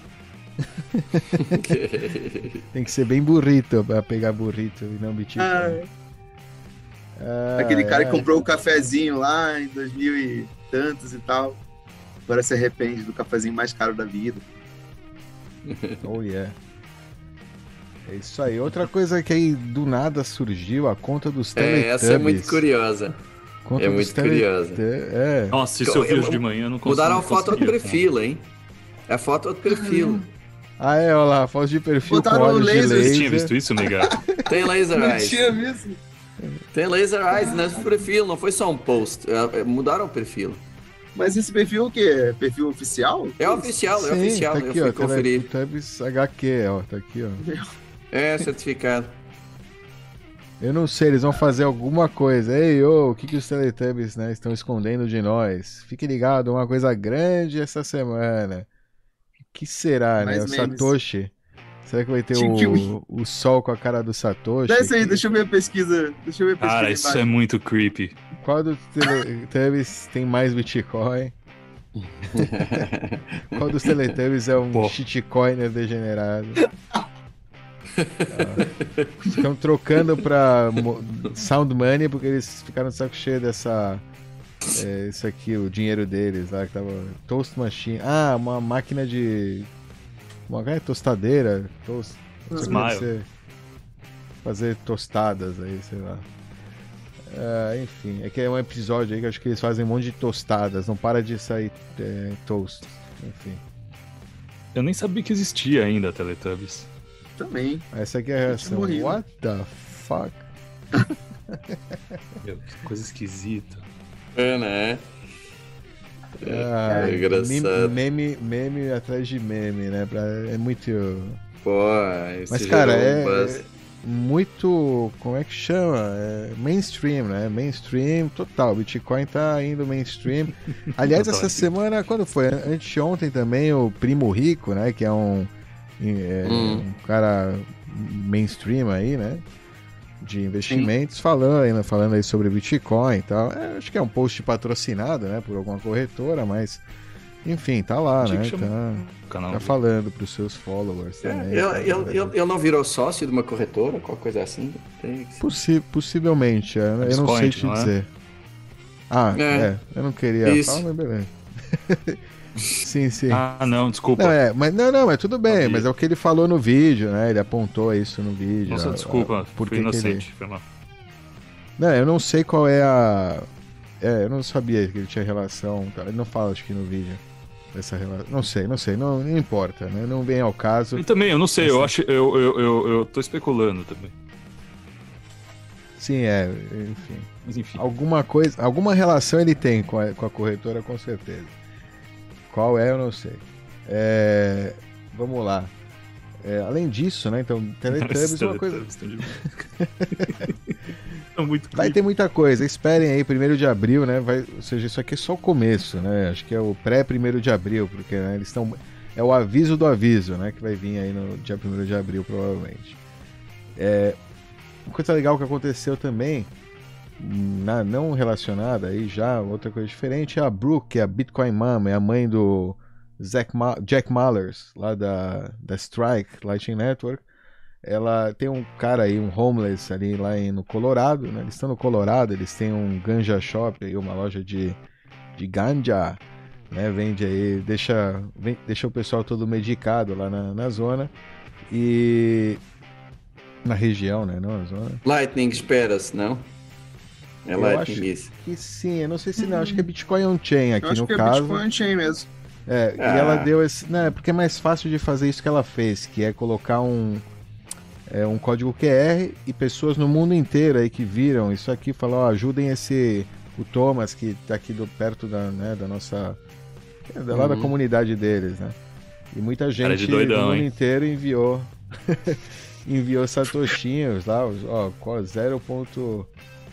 Tem que ser bem burrito para pegar burrito e não Bitcoin. Aquele cara que comprou o cafezinho lá em 2000 e tantos e tal, agora se arrepende do cafezinho mais caro da vida. Oh yeah. É isso aí. Outra coisa que aí do nada surgiu, a conta dos Teletubbies. Essa é muito curiosa. Muito curiosa. Nossa, isso eu vi hoje de manhã, não consigo. Mudaram a foto do perfil, hein? É a foto do perfil. Olha lá, a foto de perfil. Botaram com olhos de laser. Você tinha visto isso, Miguel? Tem laser eyes. Não tinha visto. Tem laser eyes no perfil, não foi só um post. Mudaram o perfil. Mas esse perfil o quê? É perfil oficial? É oficial, Sim, é oficial. Tá aqui, eu fui conferir. Teletubbies HQ, tá aqui, ó. É, certificado. Eu não sei, eles vão fazer alguma coisa. Ei, o que os Teletubbies, né, estão escondendo de nós? Fique ligado, uma coisa grande essa semana. O que será, né? O Satoshi. Será que vai ter o sol com a cara do Satoshi? Desce aí, deixa eu ver a pesquisa. Cara, isso é muito creepy. Qual dos Teletubbies tem mais Bitcoin? Qual dos Teletubbies é um shitcoiner degenerado? Estão trocando pra Sound Money porque eles ficaram de saco cheio dessa... isso aqui, o dinheiro deles lá, que tava... Toast Machine. Uma máquina de... Uma tostadeira, fazer tostadas aí, sei lá. Enfim, é que é um episódio aí que eu acho que eles fazem um monte de tostadas, não para de sair toast. Enfim. Eu nem sabia que existia ainda Teletubbies. Também. Essa aqui é a reação. What the fuck? Meu, que coisa esquisita. Né? É engraçado. Meme atrás de meme, né? É muito. Mas, cara, é muito. Como é que chama? Mainstream, né? Mainstream total. Bitcoin tá indo mainstream. Aliás, essa semana, quando foi? Anteontem também, o Primo Rico, né? Que é um cara mainstream aí, né? De investimentos, falando aí sobre Bitcoin e tal. Acho que é um post patrocinado, né, por alguma corretora, mas enfim, tá lá, né? Tá falando pros seus followers também. Ele não virou sócio de uma corretora, qualquer coisa assim? Possivelmente, eu não sei te dizer. Eu não queria falar, mas beleza. Sim, sim. Ah, não, desculpa. Mas tudo bem, mas é o que ele falou no vídeo, né? Ele apontou isso no vídeo. Nossa, desculpa, por fui inocente, foi mal. Não, eu não sei qual é a... eu não sabia que ele tinha relação, tá? Ele não fala, acho que no vídeo, dessa relação. Não sei, não importa, né? Não vem ao caso. Eu também, eu não sei, eu acho, eu tô especulando também. Sim, enfim. Mas enfim. Alguma relação ele tem com a corretora, com certeza. Qual é, eu não sei. Vamos lá. Além disso, né? Então, Teletubbies é uma coisa. Vai ter muita coisa. Esperem aí, 1º de abril, né? Ou seja, isso aqui é só o começo, né? Acho que é o pré-1º de abril, porque né, eles estão. É o aviso do aviso, né? Que vai vir aí no dia 1º de abril, provavelmente. Uma coisa legal que aconteceu também, não relacionada aí já, outra coisa diferente, é a Brooke, que é a Bitcoin Mom, é a mãe do Jack Mallers, lá da Strike Lightning Network. Ela tem um cara aí, um homeless ali lá no Colorado, né? Eles estão no Colorado, eles têm um ganja shop aí, uma loja de ganja, né? Vende aí, deixa o pessoal todo medicado lá na zona e na região, né? Não na zona. Lightning espera-se, não? É eu Lightning isso. Que sim, eu não sei se não, acho que é Bitcoin on-chain aqui no caso. Acho que é Bitcoin on-chain mesmo. E ela deu esse... Não, porque é mais fácil de fazer isso que ela fez, que é colocar um código QR e pessoas no mundo inteiro aí que viram isso aqui falam, ajudem o Thomas, que tá aqui perto da nossa... lá da comunidade deles, né? E muita gente doidão, no mundo inteiro enviou satoshinhos lá, 0.01,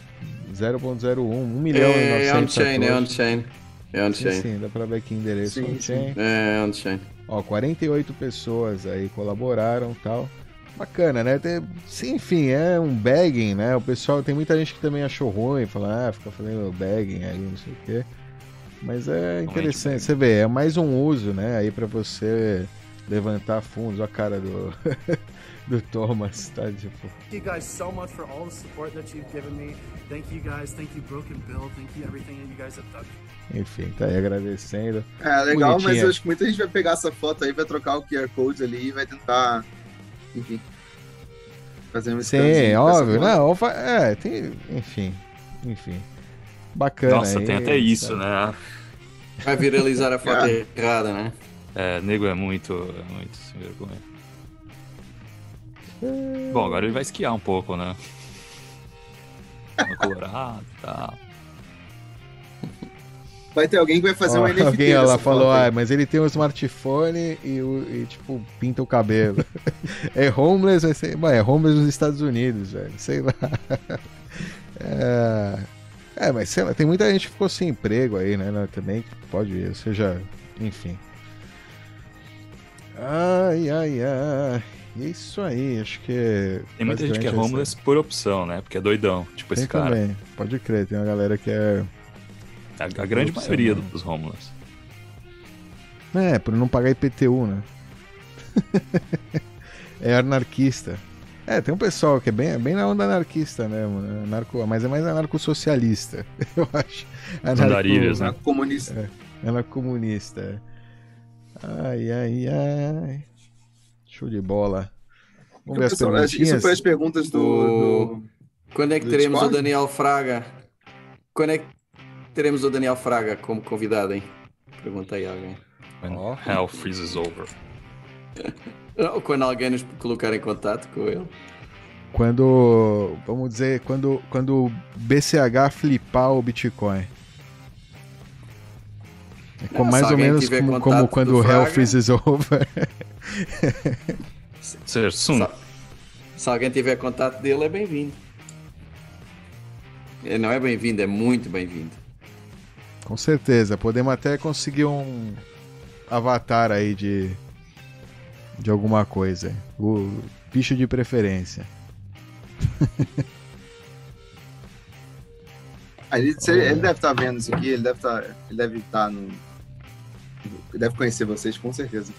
1 milhão e 900 on-chain. É on-chain. Sim, dá pra ver aqui o endereço on-chain. É on-chain. 48 pessoas aí colaboraram e tal. Bacana, né? Sim, enfim, é um bagging, né? O pessoal, tem muita gente que também achou ruim, fala, fica fazendo bagging aí, não sei o quê. Mas é interessante, você vê, é mais um uso, né? Aí pra você levantar fundos, a cara do Thomas, tá? Tipo... Thank you guys so much for all the support that you've given me. Thank you guys, thank you Broken Bill, thank you everything that you guys have done. Enfim, tá aí agradecendo. Legal, bonitinha. Mas eu acho que muita gente vai pegar essa foto aí, vai trocar o QR Code ali e vai tentar, enfim, fazer um sim, óbvio, não, tem, enfim, bacana. Nossa, tem até isso, né? Vai viralizar a foto errada, né? Nego é muito sem vergonha. Bom, agora ele vai esquiar um pouco, né? No Colorado e tal. Vai ter alguém que vai fazer um NFT. Alguém lá falou, mas ele tem um smartphone e tipo, pinta o cabelo. É homeless, é homeless nos Estados Unidos, velho. Sei lá. Mas sei lá, tem muita gente que ficou sem emprego aí, né? Também pode ir, ou seja, enfim. Ai. Isso aí, acho que... Tem muita gente que é homeless por opção, né? Porque é doidão, tipo esse cara. Também, pode crer, tem uma galera que é... A grande maioria dos homeless. Por não pagar IPTU, né? É anarquista. Tem um pessoal que é bem na onda anarquista mesmo, né? Mas é mais anarcossocialista, eu acho. Andarilhas, né? Anarcomunista. Anarcomunista. Ai. Show de bola. Vamos ver as perguntinhas. Isso foi as perguntas do... Quando é que teremos o Daniel Fraga? Quando é que teremos o Daniel Fraga como convidado, hein? Perguntei a alguém. When hell freezes over. Quando alguém nos colocar em contato com ele. Vamos dizer, quando o BCH flipar o Bitcoin. Mais ou menos como quando o hell freezes over. Se alguém tiver contato dele, é bem-vindo. Não é bem-vindo, é muito bem-vindo. Com certeza, podemos até conseguir um avatar aí de alguma coisa. O bicho de preferência. Ele deve estar vendo isso aqui, ele deve estar no... Ele deve conhecer vocês, com certeza.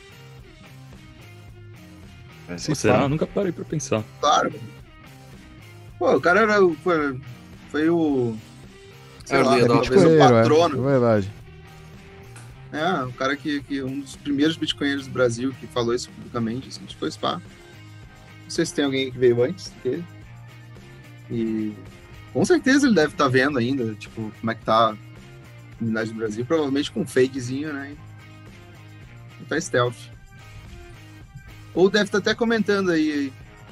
Será? Eu nunca parei pra pensar. Claro. Pô, o cara foi o... Sei lá, talvez o patrono. É verdade. O cara que um dos primeiros bitcoinheiros do Brasil que falou isso publicamente, assim, foi o Spa. Não sei se tem alguém que veio antes dele. E com certeza ele deve estar vendo ainda, tipo, como é que tá a comunidade do Brasil, provavelmente com um fakezinho, né? E tá stealth. Ou deve estar até comentando aí.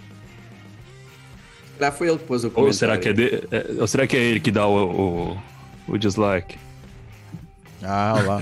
Já foi ele que pôs o comentário. Ou será que é ele que dá o dislike? Ah, olha lá.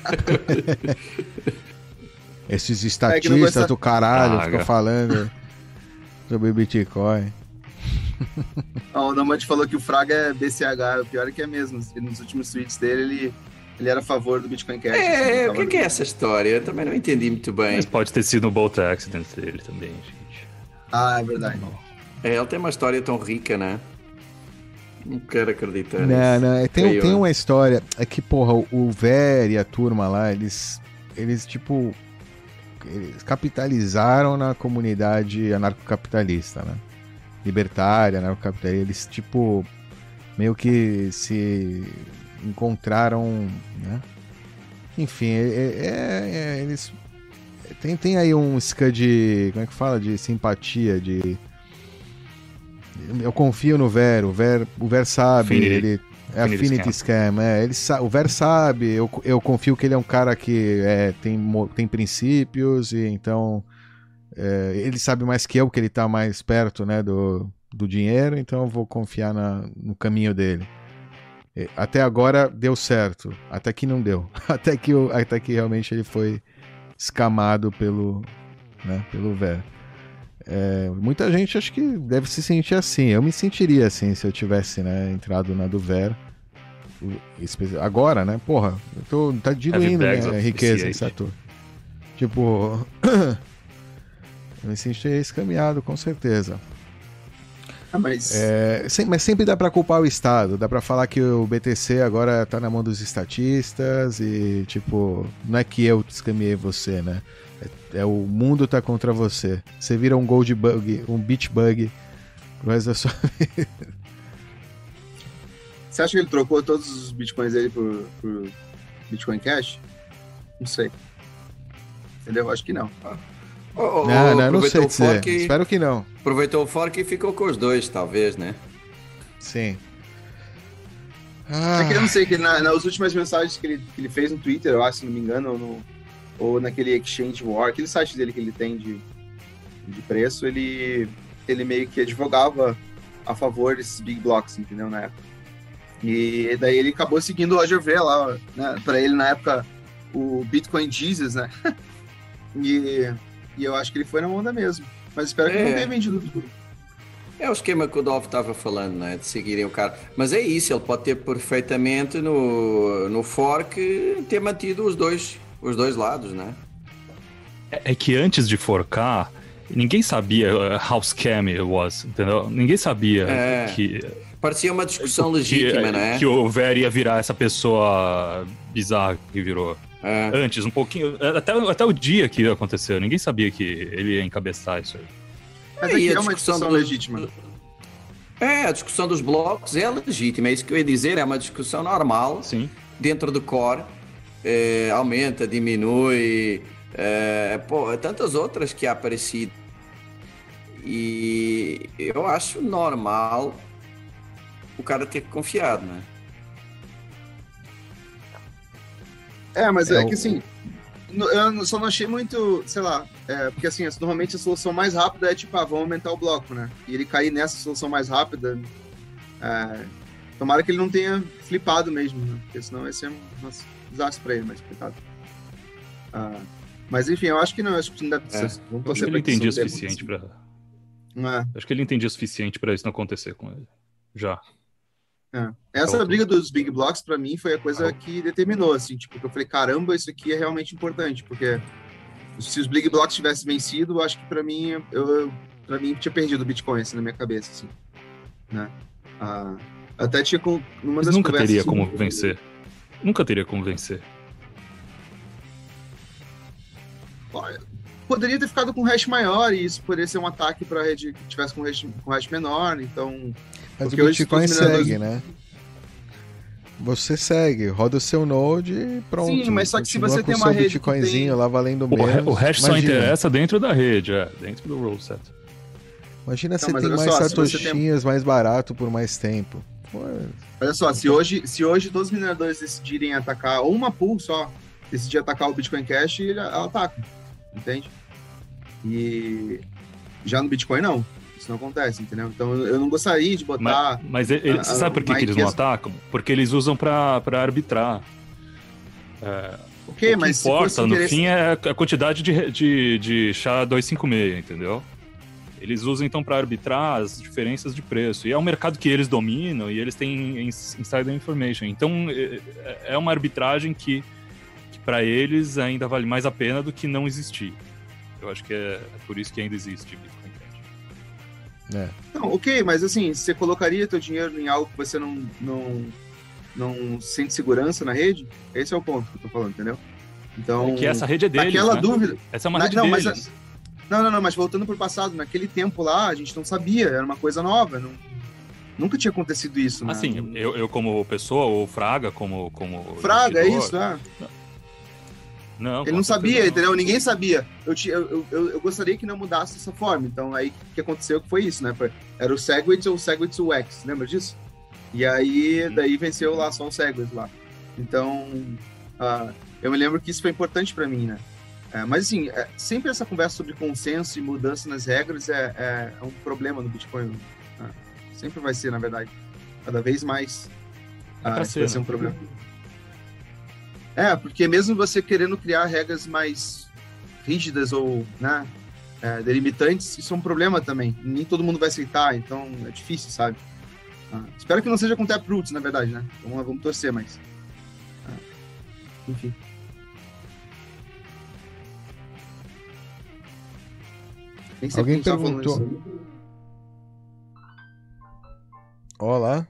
Esses estatistas do caralho ficam falando sobre Bitcoin. O Nomad falou que o Fraga é BCH, o pior é que é mesmo. Nos últimos tweets dele, ele era a favor do Bitcoin Cash. O que é essa história? Eu também não entendi muito bem. Mas pode ter sido um Bolt Accident dele também, gente. É verdade. Ele tem uma história tão rica, né? Não quero acreditar nisso. Tem uma história. É que, porra, o Ver e a turma lá, eles tipo... Eles capitalizaram na comunidade anarcocapitalista, né? Libertária, anarcocapitalista. Eles, tipo, meio que se encontraram, né? Enfim, eles... Tem aí um isca de... Como é que fala? De simpatia, de... Eu confio no Ver, o Ver sabe, ele é Affinity Scam, o Ver sabe, eu confio que ele é um cara que tem princípios e então ele sabe mais que eu, que ele tá mais perto, né, do dinheiro, então eu vou confiar no caminho dele. Até agora deu certo, até que não deu, até que realmente ele foi escamado pelo Ver. Muita gente acho que deve se sentir assim. Eu me sentiria assim se eu tivesse, né, entrado na do Ver. Agora, né? Porra, tá diluindo a riqueza, certo? Tipo, eu me sentiria escameado, com certeza. Mas sempre dá pra culpar o Estado. Dá pra falar que o BTC agora tá na mão dos estatistas e, tipo, não é que eu escameei você, né? O mundo tá contra você. Você vira um gold bug, um bitch bug pro resto da sua vida. Você acha que ele trocou todos os bitcoins dele por Bitcoin Cash? Não sei. Entendeu? Acho que não. Não sei dizer. Espero que não. Aproveitou o fork e ficou com os dois, talvez, né? Sim. É que eu não sei, que nas últimas mensagens que ele fez no Twitter, eu acho, se não me engano, ou naquele Exchange War, aquele site dele que ele tem de preço, ele meio que advogava a favor desses big blocks, entendeu, na época. E daí ele acabou seguindo o Roger Ver lá, né, pra ele na época o Bitcoin Jesus, né, e eu acho que ele foi na onda mesmo, mas espero que não tenha vendido tudo. É o esquema que o Dolph estava falando, né, de seguirem o cara, mas é isso, ele pode ter perfeitamente no fork ter mantido os dois lados, né? É que antes de forcar, ninguém sabia how scam it was, entendeu? Ninguém sabia que... Parecia uma discussão legítima, né? Que o Ver ia virar essa pessoa bizarra que virou. Antes, um pouquinho... Até o dia que aconteceu, ninguém sabia que ele ia encabeçar isso aí. Mas aqui é uma discussão legítima. A discussão dos blocos é legítima, é isso que eu ia dizer, é uma discussão normal. Sim. Dentro do core. Aumenta, diminui, tantas outras que há aparecido. E eu acho normal o cara ter confiado, né? Mas é que assim, eu só não achei muito, sei lá, porque assim, normalmente a solução mais rápida é tipo, vamos aumentar o bloco, né? E ele cair nessa solução mais rápida, tomara que ele não tenha flipado mesmo, né? Porque senão vai ser um desastre pra ele, mas coitado. Mas enfim, eu acho que não, acho que não deve ser. Acho que ele entendia o suficiente pra... Acho que ele entendia o suficiente pra isso não acontecer com ele. Já. Essa briga dos big blocks pra mim foi a coisa que determinou, assim, tipo, que eu falei, caramba, isso aqui é realmente importante, porque se os big blocks tivessem vencido, eu acho que pra mim, pra mim tinha perdido o Bitcoin, assim, na minha cabeça, assim, né? Até tinha numa das nunca conversas... Teria como vencer. Nunca teria como vencer. Poderia ter ficado com hash maior e isso poderia ser um ataque para rede que tivesse com hash menor, então... Mas o Bitcoin segue, né? você segue, roda o seu Node e pronto. Sim, mas só que se Continua você com tem o uma seu rede Bitcoinzinho lá valendo O menos. hash só Imagina. interessa dentro da rede, dentro do role set. Imagina você mas tem olha mais só, se você satoshinhas mais barato por mais tempo. Pô, Olha só, se hoje todos os mineradores decidirem atacar, ou uma pool só, decidir atacar o Bitcoin Cash, ela ataca, entende? E já no Bitcoin, não. Isso não acontece, entendeu? Então eu não gostaria de botar... Mas você sabe por que eles não atacam? Porque eles usam para arbitrar. Ok, o que mas importa, no fim, é a quantidade de SHA-256, entendeu? Eles usam, então, para arbitrar as diferenças de preço. E é um mercado que eles dominam e eles têm insider information. Então, é uma arbitragem que para eles ainda vale mais a pena do que não existir. Eu acho que é por isso que ainda existe Bitcoin Cash. Não, ok, mas assim, você colocaria teu dinheiro em algo que você não sente segurança na rede? Esse é o ponto que eu tô falando, entendeu? Então, que essa rede é deles, aquela né? dúvida... Essa é uma rede deles. Mas voltando pro passado, naquele tempo lá, a gente não sabia, era uma coisa nova, nunca tinha acontecido isso, né? Assim, eu como pessoa, ou Fraga como Fraga, é investidor, isso, Não, ele não sabia, entendeu? Ninguém sabia. Eu gostaria que não mudasse dessa forma. Então, aí, o que aconteceu que foi isso, né? Era o Segwit ou o Segwit UX, lembra disso? E aí, daí venceu lá só o Segwit lá. Então, eu me lembro que isso foi importante para mim, né? Mas, assim, sempre essa conversa sobre consenso e mudança nas regras é um problema no Bitcoin. Né? Sempre vai ser, na verdade. Cada vez mais vai ser um problema. Porque mesmo você querendo criar regras mais rígidas ou, né, delimitantes, isso é um problema também. Nem todo mundo vai aceitar, então é difícil, sabe? Espero que não seja com Taproots, na verdade, né? Vamos torcer, mas... enfim. Nem sei Alguém quem tá perguntou. falando isso. Olá.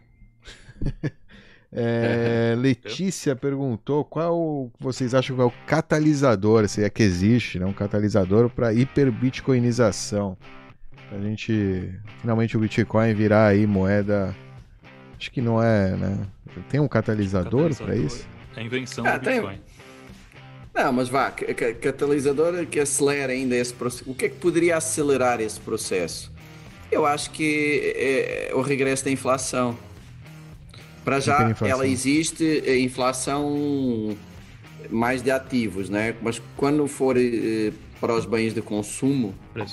Letícia perguntou qual vocês acham que é o catalisador, se é que existe, né, um catalisador para hiperbitcoinização. Pra gente finalmente o Bitcoin virar aí moeda. Acho que não é, né? Tem um catalisador para isso? É a invenção do Bitcoin. Não, mas catalisador que acelera ainda esse processo. O que é que poderia acelerar esse processo? Eu acho que é o regresso da inflação. Para já, ela existe, a inflação mais de ativos, né? Mas quando for para os bens de consumo,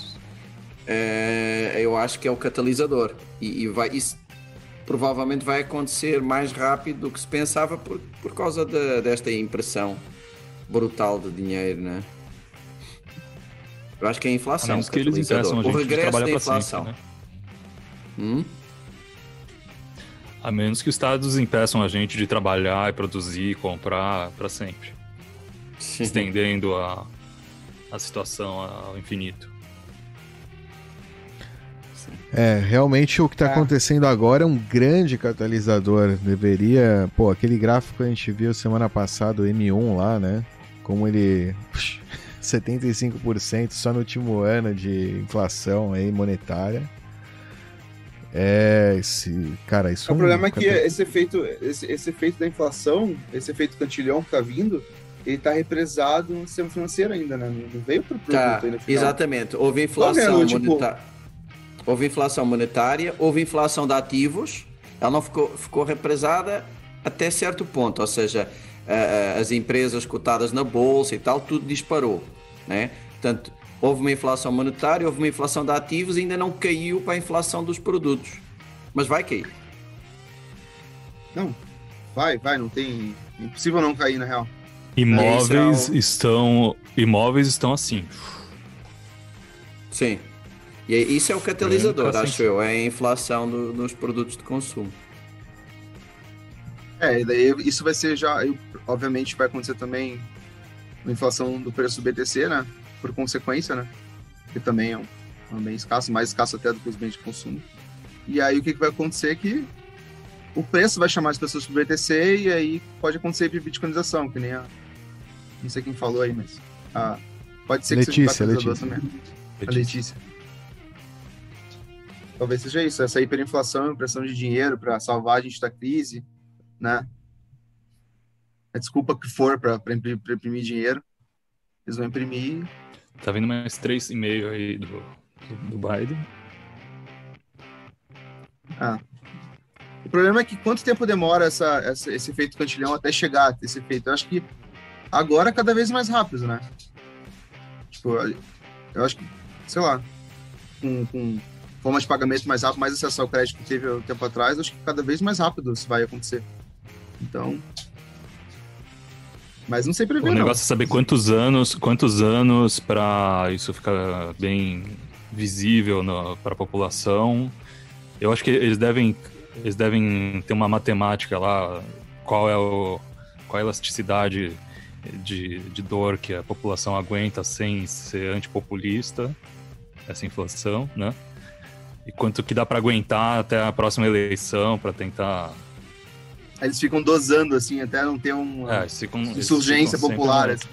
eu acho que é o catalisador. Isso provavelmente vai acontecer mais rápido do que se pensava por causa desta impressão brutal de dinheiro, né? Eu acho que é a inflação. A menos que eles impeçam a gente o regresso de da inflação. Sempre, né? A menos que os estados impeçam a gente de trabalhar e produzir e comprar para sempre. Sim. Estendendo a situação ao infinito. Realmente o que está acontecendo agora é um grande catalisador. Deveria... Pô, aquele gráfico que a gente viu semana passada, o M1 lá, né? Como ele... 75% só no último ano de inflação aí monetária. Isso o problema é que esse efeito da inflação, esse efeito cantilhão que tá vindo, ele tá represado no sistema financeiro ainda, né? Não veio pro produto ainda. Exatamente. Houve inflação monetária. Houve inflação monetária, houve inflação de ativos, ela não ficou represada até certo ponto, ou seja, as empresas cotadas na bolsa e tal, tudo disparou, né? Portanto, houve uma inflação monetária, houve uma inflação de ativos e ainda não caiu para a inflação dos produtos. Mas vai cair. Não, vai, não tem... É impossível não cair, na real. Imóveis estão assim. Sim. E isso é o catalisador, acho eu, é a inflação nos produtos de consumo. E daí isso vai ser obviamente vai acontecer também a inflação do preço do BTC, né? Por consequência, né? Que também é um bem escasso, mais escasso até do que os bens de consumo. E aí o que vai acontecer é que o preço vai chamar as pessoas para o BTC e aí pode acontecer a bitcoinização, que nem não sei quem falou aí, mas pode ser que seja um catalisador também. A Letícia. Talvez seja isso, essa hiperinflação, impressão de dinheiro para salvar a gente da crise, né? a desculpa que for para imprimir dinheiro, eles vão imprimir. Tá vindo mais 3,5 aí do Biden. O problema é que quanto tempo demora esse efeito cantilhão até chegar a ter esse efeito? Eu acho que agora é cada vez mais rápido, né? Tipo, eu acho que, sei lá, com forma de pagamento mais rápido, mais acesso ao crédito que teve um tempo atrás, acho que cada vez mais rápido isso vai acontecer. Então... Mas não sei prever, O negócio é saber quantos anos para isso ficar bem visível para a população. Eu acho que eles devem ter uma matemática lá, qual é a elasticidade de dor que a população aguenta sem ser antipopulista, essa inflação, né? E quanto que dá para aguentar até a próxima eleição para tentar... Eles ficam dosando, assim, até não ter uma insurgência popular. Assim.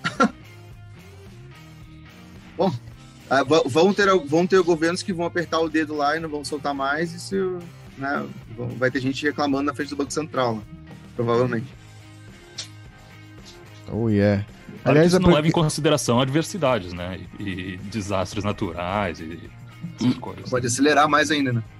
Bom, vão ter governos que vão apertar o dedo lá e não vão soltar mais, isso, né, vai ter gente reclamando na frente do Banco Central, né, provavelmente. Oh, yeah. Aliás, isso não leva em consideração adversidades, né, e desastres naturais e essas coisas. Pode acelerar mais ainda, né?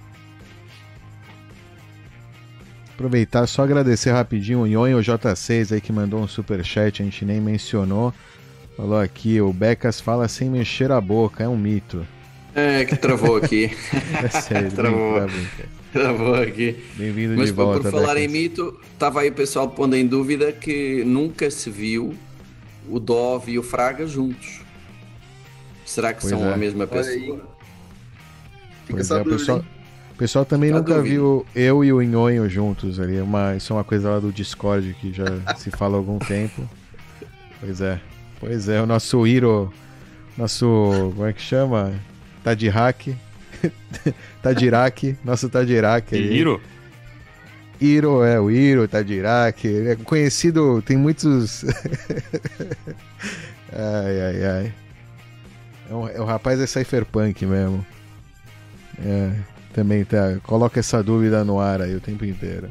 Aproveitar, só agradecer rapidinho o Nhonho J6 aí que mandou um superchat, a gente nem mencionou. Falou aqui, o Becas fala sem mexer a boca, é um mito. Que travou aqui. É sério, travou aqui. Bem-vindo de volta, Mas por falar Becas. em mito, estava aí o pessoal pondo em dúvida que nunca se viu o Dove e o Fraga juntos. Será que são a mesma pessoa? Fica essa dúvida, o pessoal também nunca viu eu e o Nhonho juntos ali. Isso é uma coisa lá do Discord que já se fala há algum tempo. Pois é, o nosso Hiro, como é que chama? Tadiraki. Nosso Tadiraki. Hiro? O Hiro, Tadiraki. Ele é conhecido, tem muitos... ai. O rapaz é cypherpunk mesmo. Também tá. Coloca essa dúvida no ar aí o tempo inteiro.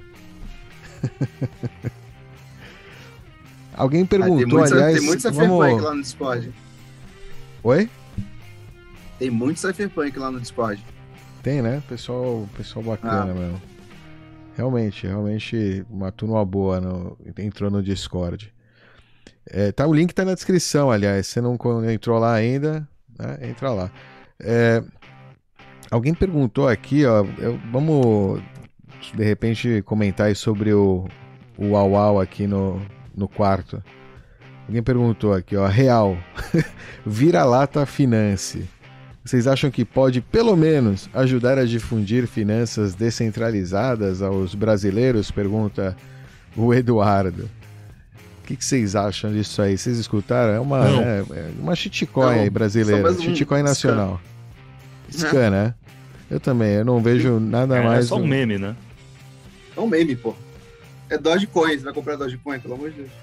Alguém perguntou, aliás... Tem muito cypherpunk lá no Discord. Oi? Tem muito cypherpunk lá no Discord. Tem, né? Pessoal bacana mesmo. Realmente, uma turma boa entrou no Discord. O link tá na descrição, aliás. Se você não entrou lá ainda, né? Entra lá. Alguém perguntou aqui, ó, vamos de repente comentar aí sobre o Uau aqui no quarto. Alguém perguntou aqui, ó, real, Vira-Lata Finance. Vocês acham que pode, pelo menos, ajudar a difundir finanças descentralizadas aos brasileiros? Pergunta o Eduardo. O que vocês acham disso aí? Vocês escutaram? É uma shitcoin aí brasileira, shitcoin nacional. Scan, né? Eu também, eu não vejo nada mais... É só um meme, né? É um meme, pô. É Dogecoin, você vai comprar Dogecoin, pelo amor de Deus.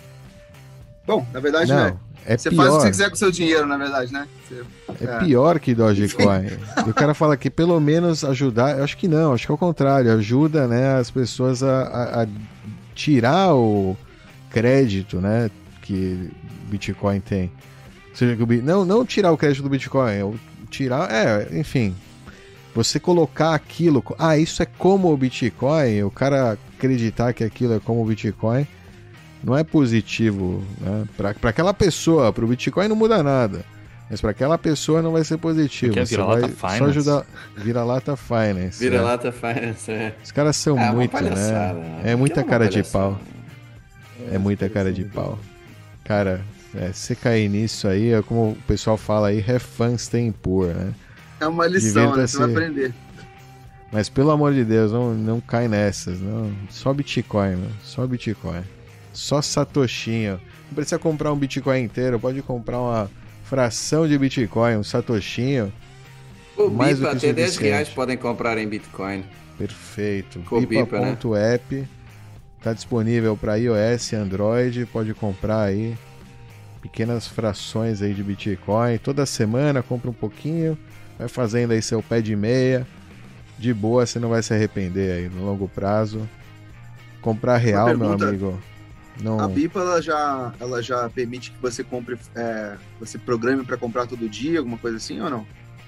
Bom, na verdade, não, né? Você pior. faz o que você quiser com o seu dinheiro, na verdade, né? Pior que Dogecoin. O cara fala que pelo menos ajudar... Eu acho que não, acho que é o contrário. Ajuda, né, as pessoas a tirar o crédito, né, que o Bitcoin tem. Ou seja, não tirar o crédito do Bitcoin, tirar... enfim... Você colocar aquilo... isso é como o Bitcoin, o cara acreditar que aquilo é como o Bitcoin, não é positivo, né? Para aquela pessoa, para o Bitcoin não muda nada, mas para aquela pessoa não vai ser positivo. Você vai só ajudar... Vira-lata Finance. Vira-lata Finance, Os caras são muito, né? É muita cara de pau. É muita cara de pau. Cara, você cair nisso aí, é como o pessoal fala aí, have fun staying poor, né? É uma lição, né? Você vai aprender. Mas pelo amor de Deus, não cai nessas. Não. Só Bitcoin, mano. Só Bitcoin. Só satoshinho. Não precisa comprar um Bitcoin inteiro. Pode comprar uma fração de Bitcoin, um satoshinho. O Bipa, até R$10 podem comprar em Bitcoin. Perfeito. Bipa.app, né? Tá disponível para iOS e Android. Pode comprar aí pequenas frações aí de Bitcoin. Toda semana compra um pouquinho. Vai fazendo aí seu pé de meia. De boa, você não vai se arrepender aí no longo prazo. Comprar real, meu amigo. Não... A BIPA, ela já permite que você compre, você programe para comprar todo dia, alguma coisa assim, ou não?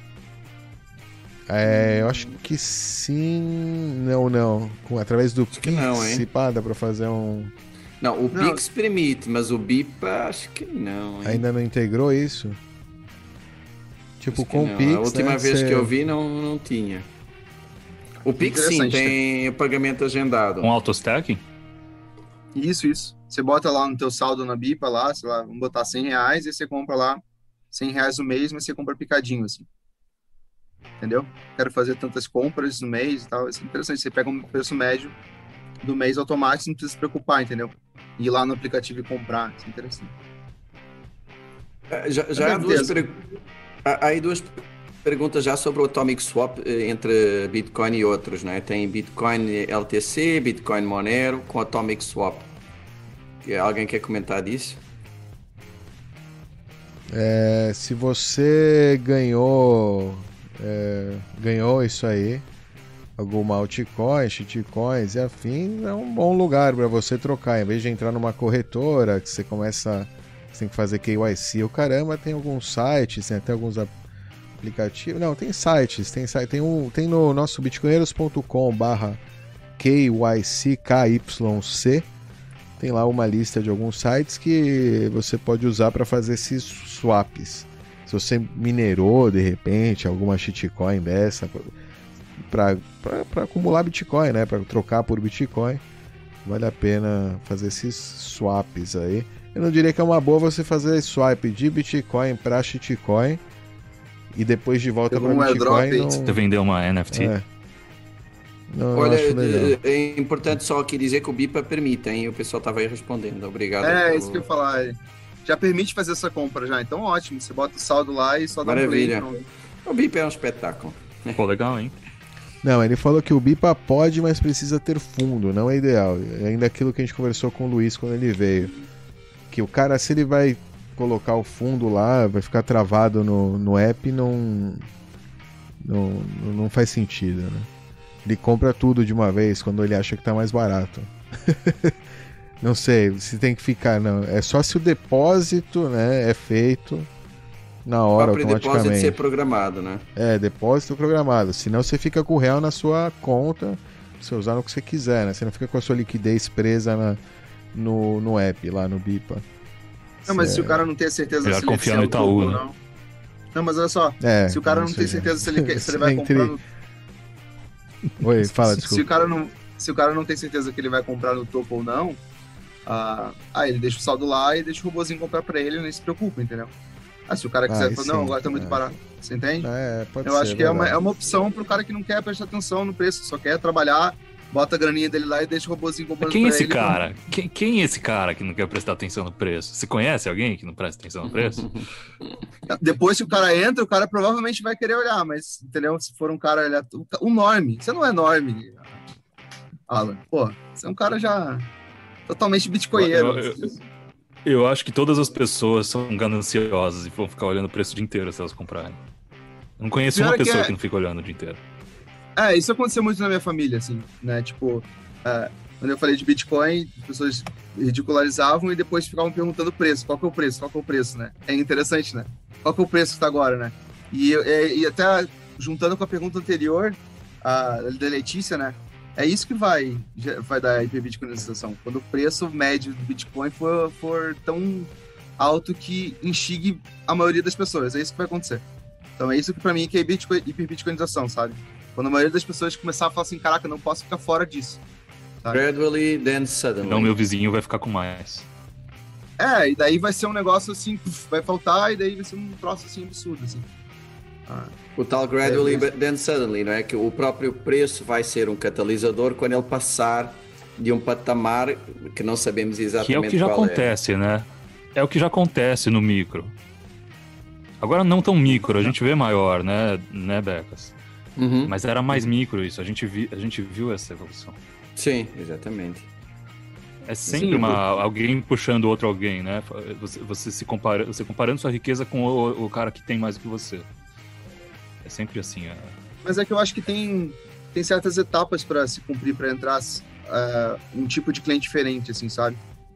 Eu acho que sim, não. Através do Pix, se pá, dá pra fazer um... Não, o Pix permite, mas o BIPA acho que não, hein? Ainda não integrou isso? Tipo, com o Pix, a última vez que eu vi não tinha. O Pix sim, tem o pagamento agendado. Um auto-stacking? Isso. Você bota lá no teu saldo na BIPA, lá, sei lá, vamos botar R$100 e você compra lá R$100 no mês, mas você compra picadinho, assim. Entendeu? Quero fazer tantas compras no mês e tal. Isso é interessante. Você pega um preço médio do mês automático, não precisa se preocupar, entendeu? Ir lá no aplicativo e comprar. Isso é interessante. Há aí duas perguntas já sobre o Atomic Swap entre Bitcoin e outros, né? Tem Bitcoin LTC, Bitcoin Monero com Atomic Swap. Alguém quer comentar disso? Se você ganhou isso aí, alguma altcoin, shitcoins e afim, é um bom lugar para você trocar. Em vez de entrar numa corretora que você tem que fazer KYC, tem alguns sites, tem até alguns aplicativos. Não, tem sites, tem no nosso bitcoinheiros.com/KYC, tem lá uma lista de alguns sites que você pode usar para fazer esses swaps. Se você minerou de repente alguma shitcoin dessa para acumular Bitcoin, né, para trocar por Bitcoin, vale a pena fazer esses swaps aí. Eu não diria que é uma boa você fazer swap de Bitcoin para shitcoin e depois de volta para Bitcoin. Você vendeu uma NFT? Olha, é importante só aqui dizer que o BIPA permite, hein? O pessoal estava aí respondendo. Obrigado. Isso que eu ia falar. Já permite fazer essa compra já, então ótimo. Você bota o saldo lá e só dá Maravilha. O BIPA é um espetáculo. Pô, legal, hein? Não, ele falou que o BIPA pode, mas precisa ter fundo, não é ideal. É ainda aquilo que a gente conversou com o Luiz quando ele veio. Que o cara, se ele vai colocar o fundo lá, vai ficar travado no app, não faz sentido, né? Ele compra tudo de uma vez quando ele acha que tá mais barato. Não sei, se tem que ficar, não. É só se o depósito, né, é feito na hora, automaticamente. O depósito ser programado, né? Depósito programado. Senão você fica com o real na sua conta, você usar no que você quiser, né? Você não fica com a sua liquidez presa no app, lá no BIPA. Não, mas se o cara não tem certeza se ele confiar no Itaú, né? Não, mas olha só, se o cara não tem certeza se ele vai comprar no... Oi, fala, desculpa. Se o cara não tem certeza que ele vai comprar no topo ou não, ele deixa o saldo lá e deixa o robozinho comprar pra ele e nem se preocupa, entendeu? Se o cara quiser falar, não, agora tá muito barato, você entende? Eu acho que é uma opção pro cara que não quer prestar atenção no preço, só quer trabalhar, bota a graninha dele lá e deixa o robozinho comprando pra ele. Quem é esse cara? Quem é esse cara que não quer prestar atenção no preço? Você conhece alguém que não presta atenção no preço? Depois que o cara entra, o cara provavelmente vai querer olhar, mas, entendeu? Se for um cara... Um norme. Você não é norme, Alan. Pô, você é um cara já totalmente bitcoinheiro. Eu acho que todas as pessoas são gananciosas e vão ficar olhando o preço o dia inteiro se elas comprarem. Eu não conheço uma pessoa que não fica olhando o dia inteiro. Isso aconteceu muito na minha família, assim, né? Tipo, quando eu falei de Bitcoin, as pessoas ridicularizavam e depois ficavam perguntando o preço. Qual que é o preço? Qual que é o preço, né? É interessante, né? Qual que é o preço que tá agora, né? E até juntando com a pergunta anterior, da Letícia, né? É isso que vai dar a hiperbitcoinização. Quando o preço médio do Bitcoin for tão alto que instigue a maioria das pessoas. É isso que vai acontecer. Então é isso que pra mim que é hiperbitcoinização, sabe? Quando a maioria das pessoas começar a falar assim, caraca, não posso ficar fora disso. Sabe? Gradually, then suddenly. Não, meu vizinho vai ficar com mais. E daí vai ser um negócio assim, vai faltar, e daí vai ser um troço assim absurdo, assim. O tal gradually, then suddenly, não é? Que o próprio preço vai ser um catalisador quando ele passar de um patamar que não sabemos exatamente qual é. Que é o que já acontece, né? É o que já acontece no micro. Agora não tão micro, a gente vê maior, né Becas? Uhum. Mas era mais micro isso, a gente viu essa evolução. Sim, exatamente. É sempre alguém puxando outro alguém, né? Você comparando sua riqueza com o cara que tem mais do que você. É sempre assim. Mas é que eu acho que tem certas etapas para se cumprir, para entrar um tipo de cliente diferente, assim, sabe?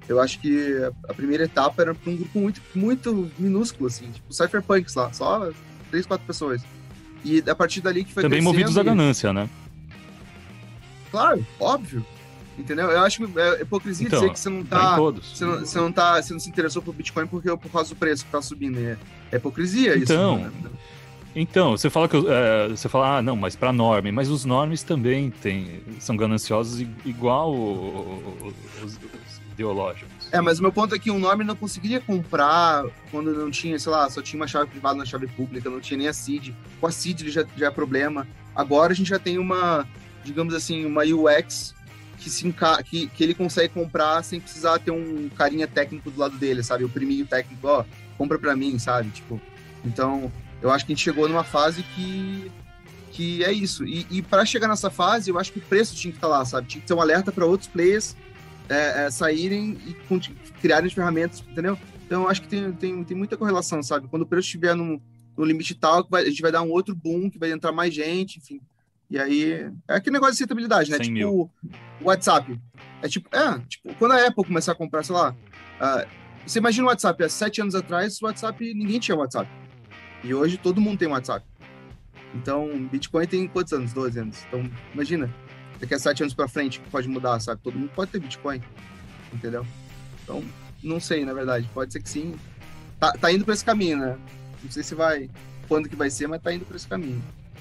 Eu acho que a primeira etapa era para um grupo muito, muito minúsculo, assim, tipo Cypherpunks lá, só 3, 4 pessoas. E a partir dali que foi Também movidos à ganância, né? Claro, óbvio. Entendeu? Eu acho que é hipocrisia Então, dizer que você não tá em todos. você não se interessou por Bitcoin por causa do preço que tá subindo. É hipocrisia Então, isso. Né? Então, você fala você fala, não, mas para norme, mas os normes também são gananciosos igual os ideológicos. Mas o meu ponto é que um nome não conseguiria comprar quando não tinha, sei lá, só tinha uma chave privada na chave pública, não tinha nem a seed. Com a seed ele já é problema. Agora a gente já tem uma, digamos assim, uma UX que ele consegue comprar sem precisar ter um carinha técnico do lado dele, sabe? O priminho técnico, ó, compra pra mim, sabe? Tipo, então, eu acho que a gente chegou numa fase que é isso. E para chegar nessa fase, eu acho que o preço tinha que estar lá, sabe? Tinha que ter um alerta para outros players saírem e criarem ferramentas, entendeu? Então, eu acho que tem muita correlação, sabe? Quando o preço estiver no limite tal, a gente vai dar um outro boom, que vai entrar mais gente, enfim. E aí, é aquele negócio de aceitabilidade, né? Tipo, o WhatsApp. Tipo, quando a Apple começar a comprar, sei lá, você imagina o WhatsApp, há 7 anos atrás, o WhatsApp, ninguém tinha WhatsApp. E hoje todo mundo tem WhatsApp. Então, Bitcoin tem quantos anos? 12 anos. Então, imagina, daqui a 7 anos pra frente, pode mudar, sabe? Todo mundo pode ter Bitcoin, entendeu? Então, não sei, na verdade. Pode ser que sim. Tá indo pra esse caminho, né? Não sei se vai, quando que vai ser, mas tá indo pra esse caminho.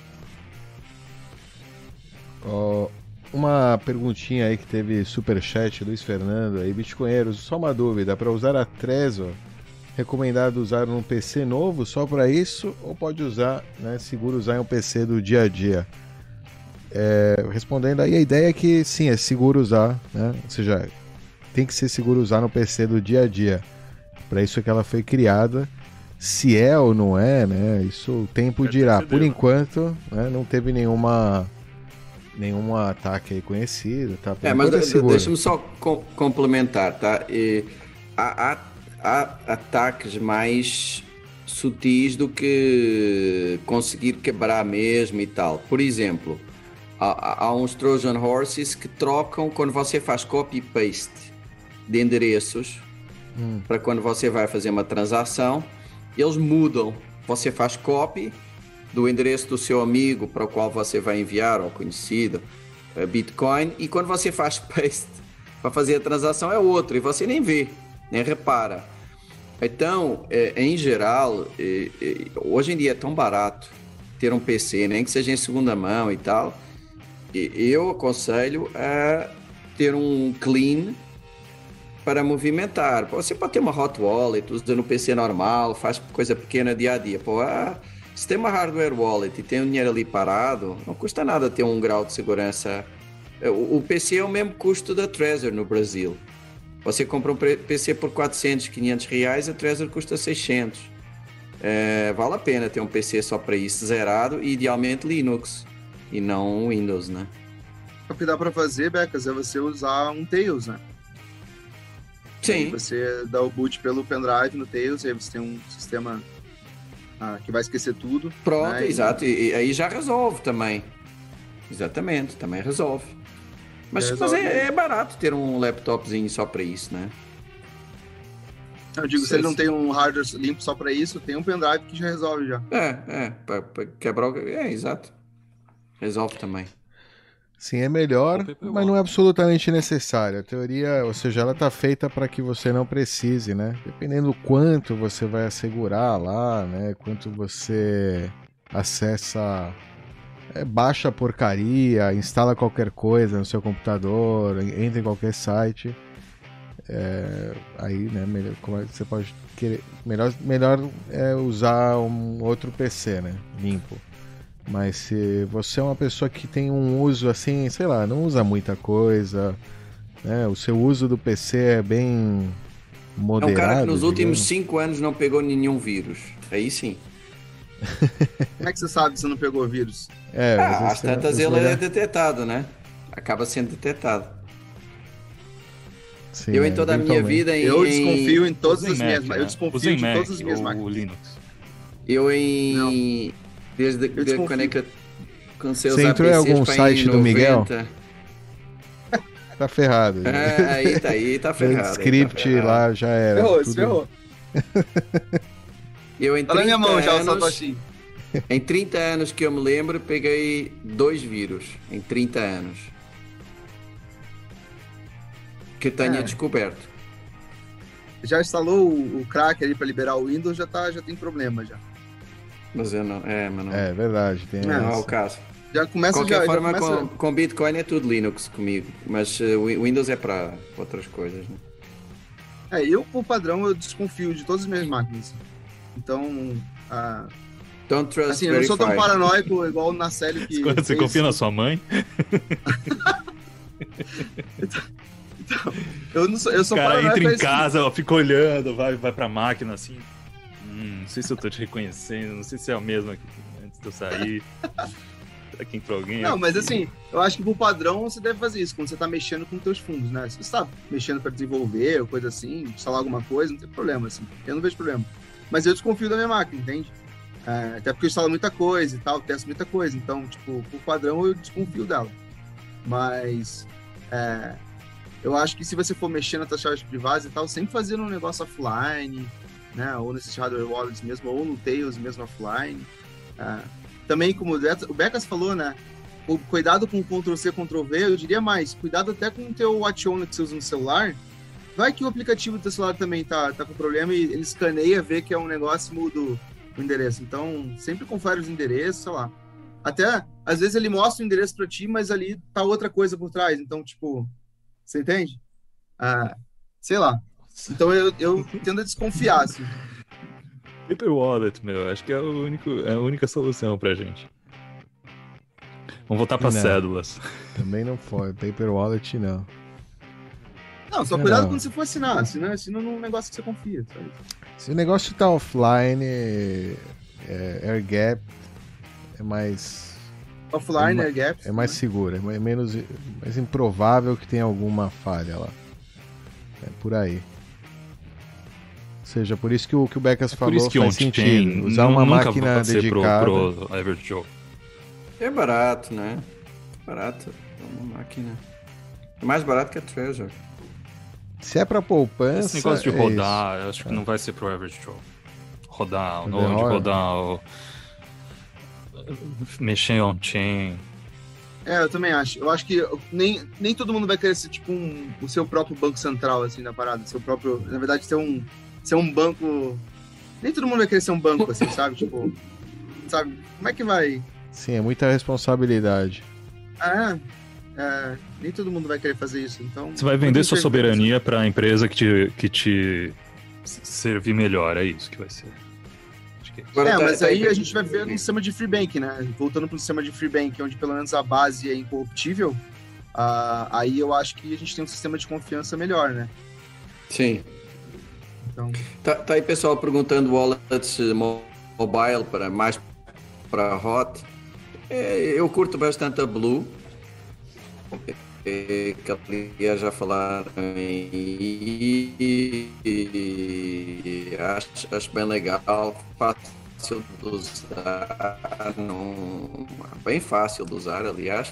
Uma perguntinha aí que teve superchat, Luiz Fernando aí, Bitcoinheiros, só uma dúvida, para usar a Trezor, recomendado usar num PC novo só para isso, ou pode usar, né, seguro usar em um PC do dia a dia? Respondendo aí, a ideia é que sim, é seguro usar, né, ou seja, tem que ser seguro usar no PC do dia a dia, para isso que ela foi criada. Se é ou não é, né, isso o tempo dirá. Por enquanto, né, não teve nenhum ataque aí conhecido, tá? Mas deixa-me só complementar, tá? Há ataques mais sutis do que conseguir quebrar mesmo e tal. Por exemplo, há uns Trojan Horses que trocam quando você faz copy e paste de endereços para quando você vai fazer uma transação, eles mudam. Você faz copy do endereço do seu amigo para o qual você vai enviar ao conhecido Bitcoin, e quando você faz paste para fazer a transação é outro, e você nem vê, nem repara. Então, em geral, hoje em dia é tão barato ter um PC, nem que seja em segunda mão e tal, eu aconselho a ter um clean para movimentar. Você pode ter uma hot wallet, usa no PC normal, faz coisa pequena dia a dia. Se tem uma hardware wallet e tem um dinheiro ali parado, não custa nada ter um grau de segurança. O PC é o mesmo custo da Trezor no Brasil. Você compra um PC por 400, 500 reais, a Trezor custa 600. Vale a pena ter um PC só para isso, zerado, e idealmente Linux, e não Windows, né? O que dá para fazer, Becas, é você usar um Tails, né? Sim. Aí você dá o boot pelo pendrive no Tails, e aí você tem um sistema que vai esquecer tudo. Pronto, né? Exato. E aí já resolve também. Exatamente, também resolve. Mas é barato ter um laptopzinho só para isso, né? Eu digo, se ele não tem um hardware limpo só para isso, tem um pendrive que já resolve já. Para quebrar o... exato. Resolve também. Sim, é melhor, mas não é absolutamente necessário. A teoria, ou seja, ela está feita para que você não precise, né? Dependendo do quanto você vai assegurar lá, né? Quanto você acessa, baixa porcaria, instala qualquer coisa no seu computador, entra em qualquer site. Aí, né? Você pode querer. Melhor é usar um outro PC, né? Limpo. Mas se você é uma pessoa que tem um uso assim, sei lá, não usa muita coisa, né? O seu uso do PC é bem moderado. É um cara que nos últimos 5 anos não pegou nenhum vírus. Aí sim. Como é que você sabe que você não pegou vírus? Às tantas ele é detectado, né? Acaba sendo detectado. Sim, eu em toda a minha vida... Eu desconfio em todas as minhas... Né? Eu desconfio de todas as minhas máquinas. O Linux. Desde quando é que eu comecei a usar PCs algum site do Miguel? tá ferrado. Aí tá ferrado. O script lá já era. Ferrou. Eu em Tá na minha 30 mão já o anos, Satoshi. em 30 anos que eu me lembro, peguei 2 vírus. Em 30 anos. Que tenha descoberto. Já instalou o cracker ali pra liberar o Windows, já tem problema já. Mas eu não. Mas não. É verdade, tem Não é essa. o caso. Já começa De qualquer já forma, começa... com Bitcoin é tudo Linux comigo. Mas o Windows é para outras coisas. Né? Eu, por padrão, eu desconfio de todas as minhas máquinas. Então, Don't trust assim, eu não sou tão verify. paranoico igual na série que... Você confia na sua mãe? Eu não sou, eu O sou cara paranoico. entra em isso. casa, ó, fica olhando, vai pra máquina assim. Não sei se eu tô te reconhecendo, não sei se é a mesma que antes de eu sair. Será que entrou alguém? Não, mas assim, eu acho que por padrão você deve fazer isso, quando você tá mexendo com teus fundos, né? Se você tá mexendo pra desenvolver ou coisa assim, instalar alguma coisa, não tem problema, assim. Eu não vejo problema. Mas eu desconfio da minha máquina, entende? Até porque eu instalo muita coisa e tal, testo muita coisa. Então, tipo, por padrão eu desconfio dela. Mas eu acho que se você for mexer nas suas chaves privadas e tal, sempre fazendo um negócio offline, né? Ou nesses hardware wallets mesmo, ou no Tails mesmo offline. Também, como o Becas falou, né? O cuidado com o Ctrl-C, Ctrl-V, eu diria mais, cuidado até com o teu WatchOnly que você usa no celular. Vai que o aplicativo do teu celular também tá com problema e ele escaneia, vê que é um negócio e muda o endereço. Então, sempre confere os endereços, sei lá. Até, às vezes ele mostra o endereço pra ti, mas ali tá outra coisa por trás. Então, tipo, você entende? Sei lá. Então, eu tendo a desconfiar, assim. Paper Wallet, meu, acho que é a única solução pra gente. Vamos voltar para cédulas. Também não foi. Paper Wallet, não. Não, só cuidado quando você for assinar. Assina num negócio que você confia, sabe? Se o negócio tá offline, Air Gap é mais... Offline, Air Gap. É mais seguro, é mais improvável que tenha alguma falha lá. É por aí. Ou seja, por isso que o Becas falou isso que faz sentido. Usar uma máquina dedicada. Pro Average Joe. É barato, né? Barato. É uma máquina. É mais barato que a Treasure. Se é pra poupança. Esse negócio de rodar, eu acho que não vai ser pro Average Joe. Rodar, onde rodar, mexer on-chain. Eu também acho. Eu acho que nem todo mundo vai querer ser tipo o seu próprio banco central, assim, na parada. Seu próprio. Na verdade, ser um banco. Nem todo mundo vai querer ser um banco, assim, sabe? Tipo. Sabe? Como é que vai. Sim, é muita responsabilidade. Nem todo mundo vai querer fazer isso. Então. Você vai vender sua soberania para a empresa que te servir melhor, é isso que vai ser. Mas aí a gente vai ver no sistema de free bank, né? Voltando para o sistema de free bank, onde pelo menos a base é incorruptível, aí eu acho que a gente tem um sistema de confiança melhor, né? Sim. Então... Tá aí pessoal perguntando wallets mobile mais para hot. Eu curto bastante a Blue, que aliás já falaram e acho bem legal, fácil de usar, bem fácil de usar, aliás.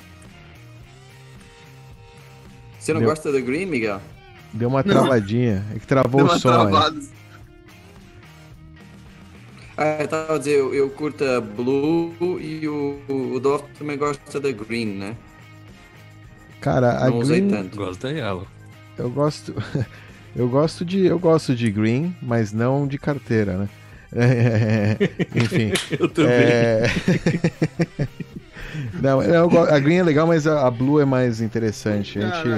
Você não gosta da Green, Miguel? Deu uma travadinha, é que travou o som. Estava a dizer, eu curto a Blue e o Dolph também gosta da Green, né? Cara, a não usei Green... tanto. Gosto da Yellow. Eu gosto de Green, mas não de carteira, né? Enfim. Eu também. Não, a Green é legal, mas a Blue é mais interessante.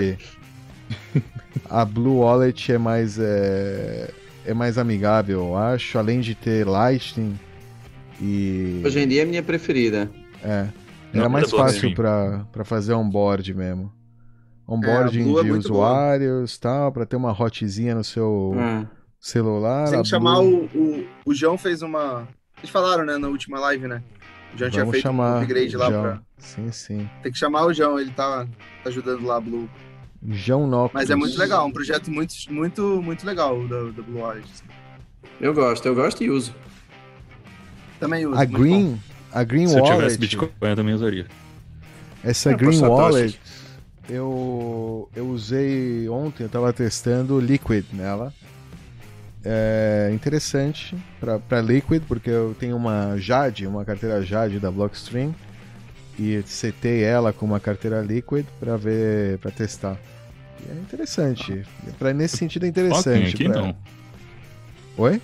A Blue Wallet é mais amigável, eu acho, além de ter Lightning e... Hoje em dia é a minha preferida. Era mais fácil para fazer onboard mesmo. Onboarding de usuários, tal, para ter uma hotzinha no seu celular. Tem que chamar o João fez uma... Eles falaram, né, na última live, né? O João tinha feito um upgrade lá pra... Sim. Tem que chamar o João, ele tá ajudando lá a Blue. João Noctus. Mas é muito legal, um projeto muito legal da Blue Wallet. Eu gosto e uso. Também uso. A Green Wallet... Se eu tivesse Bitcoin, eu também usaria. Essa Green Wallet, eu eu usei ontem, eu tava testando Liquid nela. É interessante para Liquid, porque eu tenho uma carteira Jade da Blockstream, e setei ela com uma carteira Liquid para testar. E é interessante. Nesse sentido é interessante. Aqui não. Oi?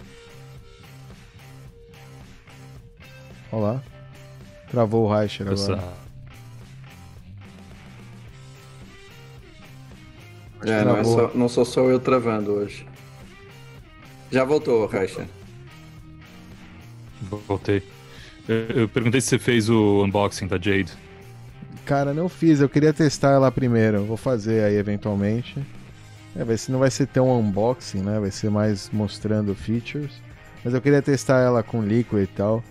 Olha lá. Travou o Reicher agora. Não sou só eu travando hoje. Já voltou, Reicher. Voltei. Eu perguntei se você fez o unboxing da Jade. Cara, não fiz. Eu queria testar ela primeiro. Vou fazer aí eventualmente. Não vai ser tão unboxing, né? Vai ser mais mostrando features. Mas eu queria testar ela com Liquid e tal.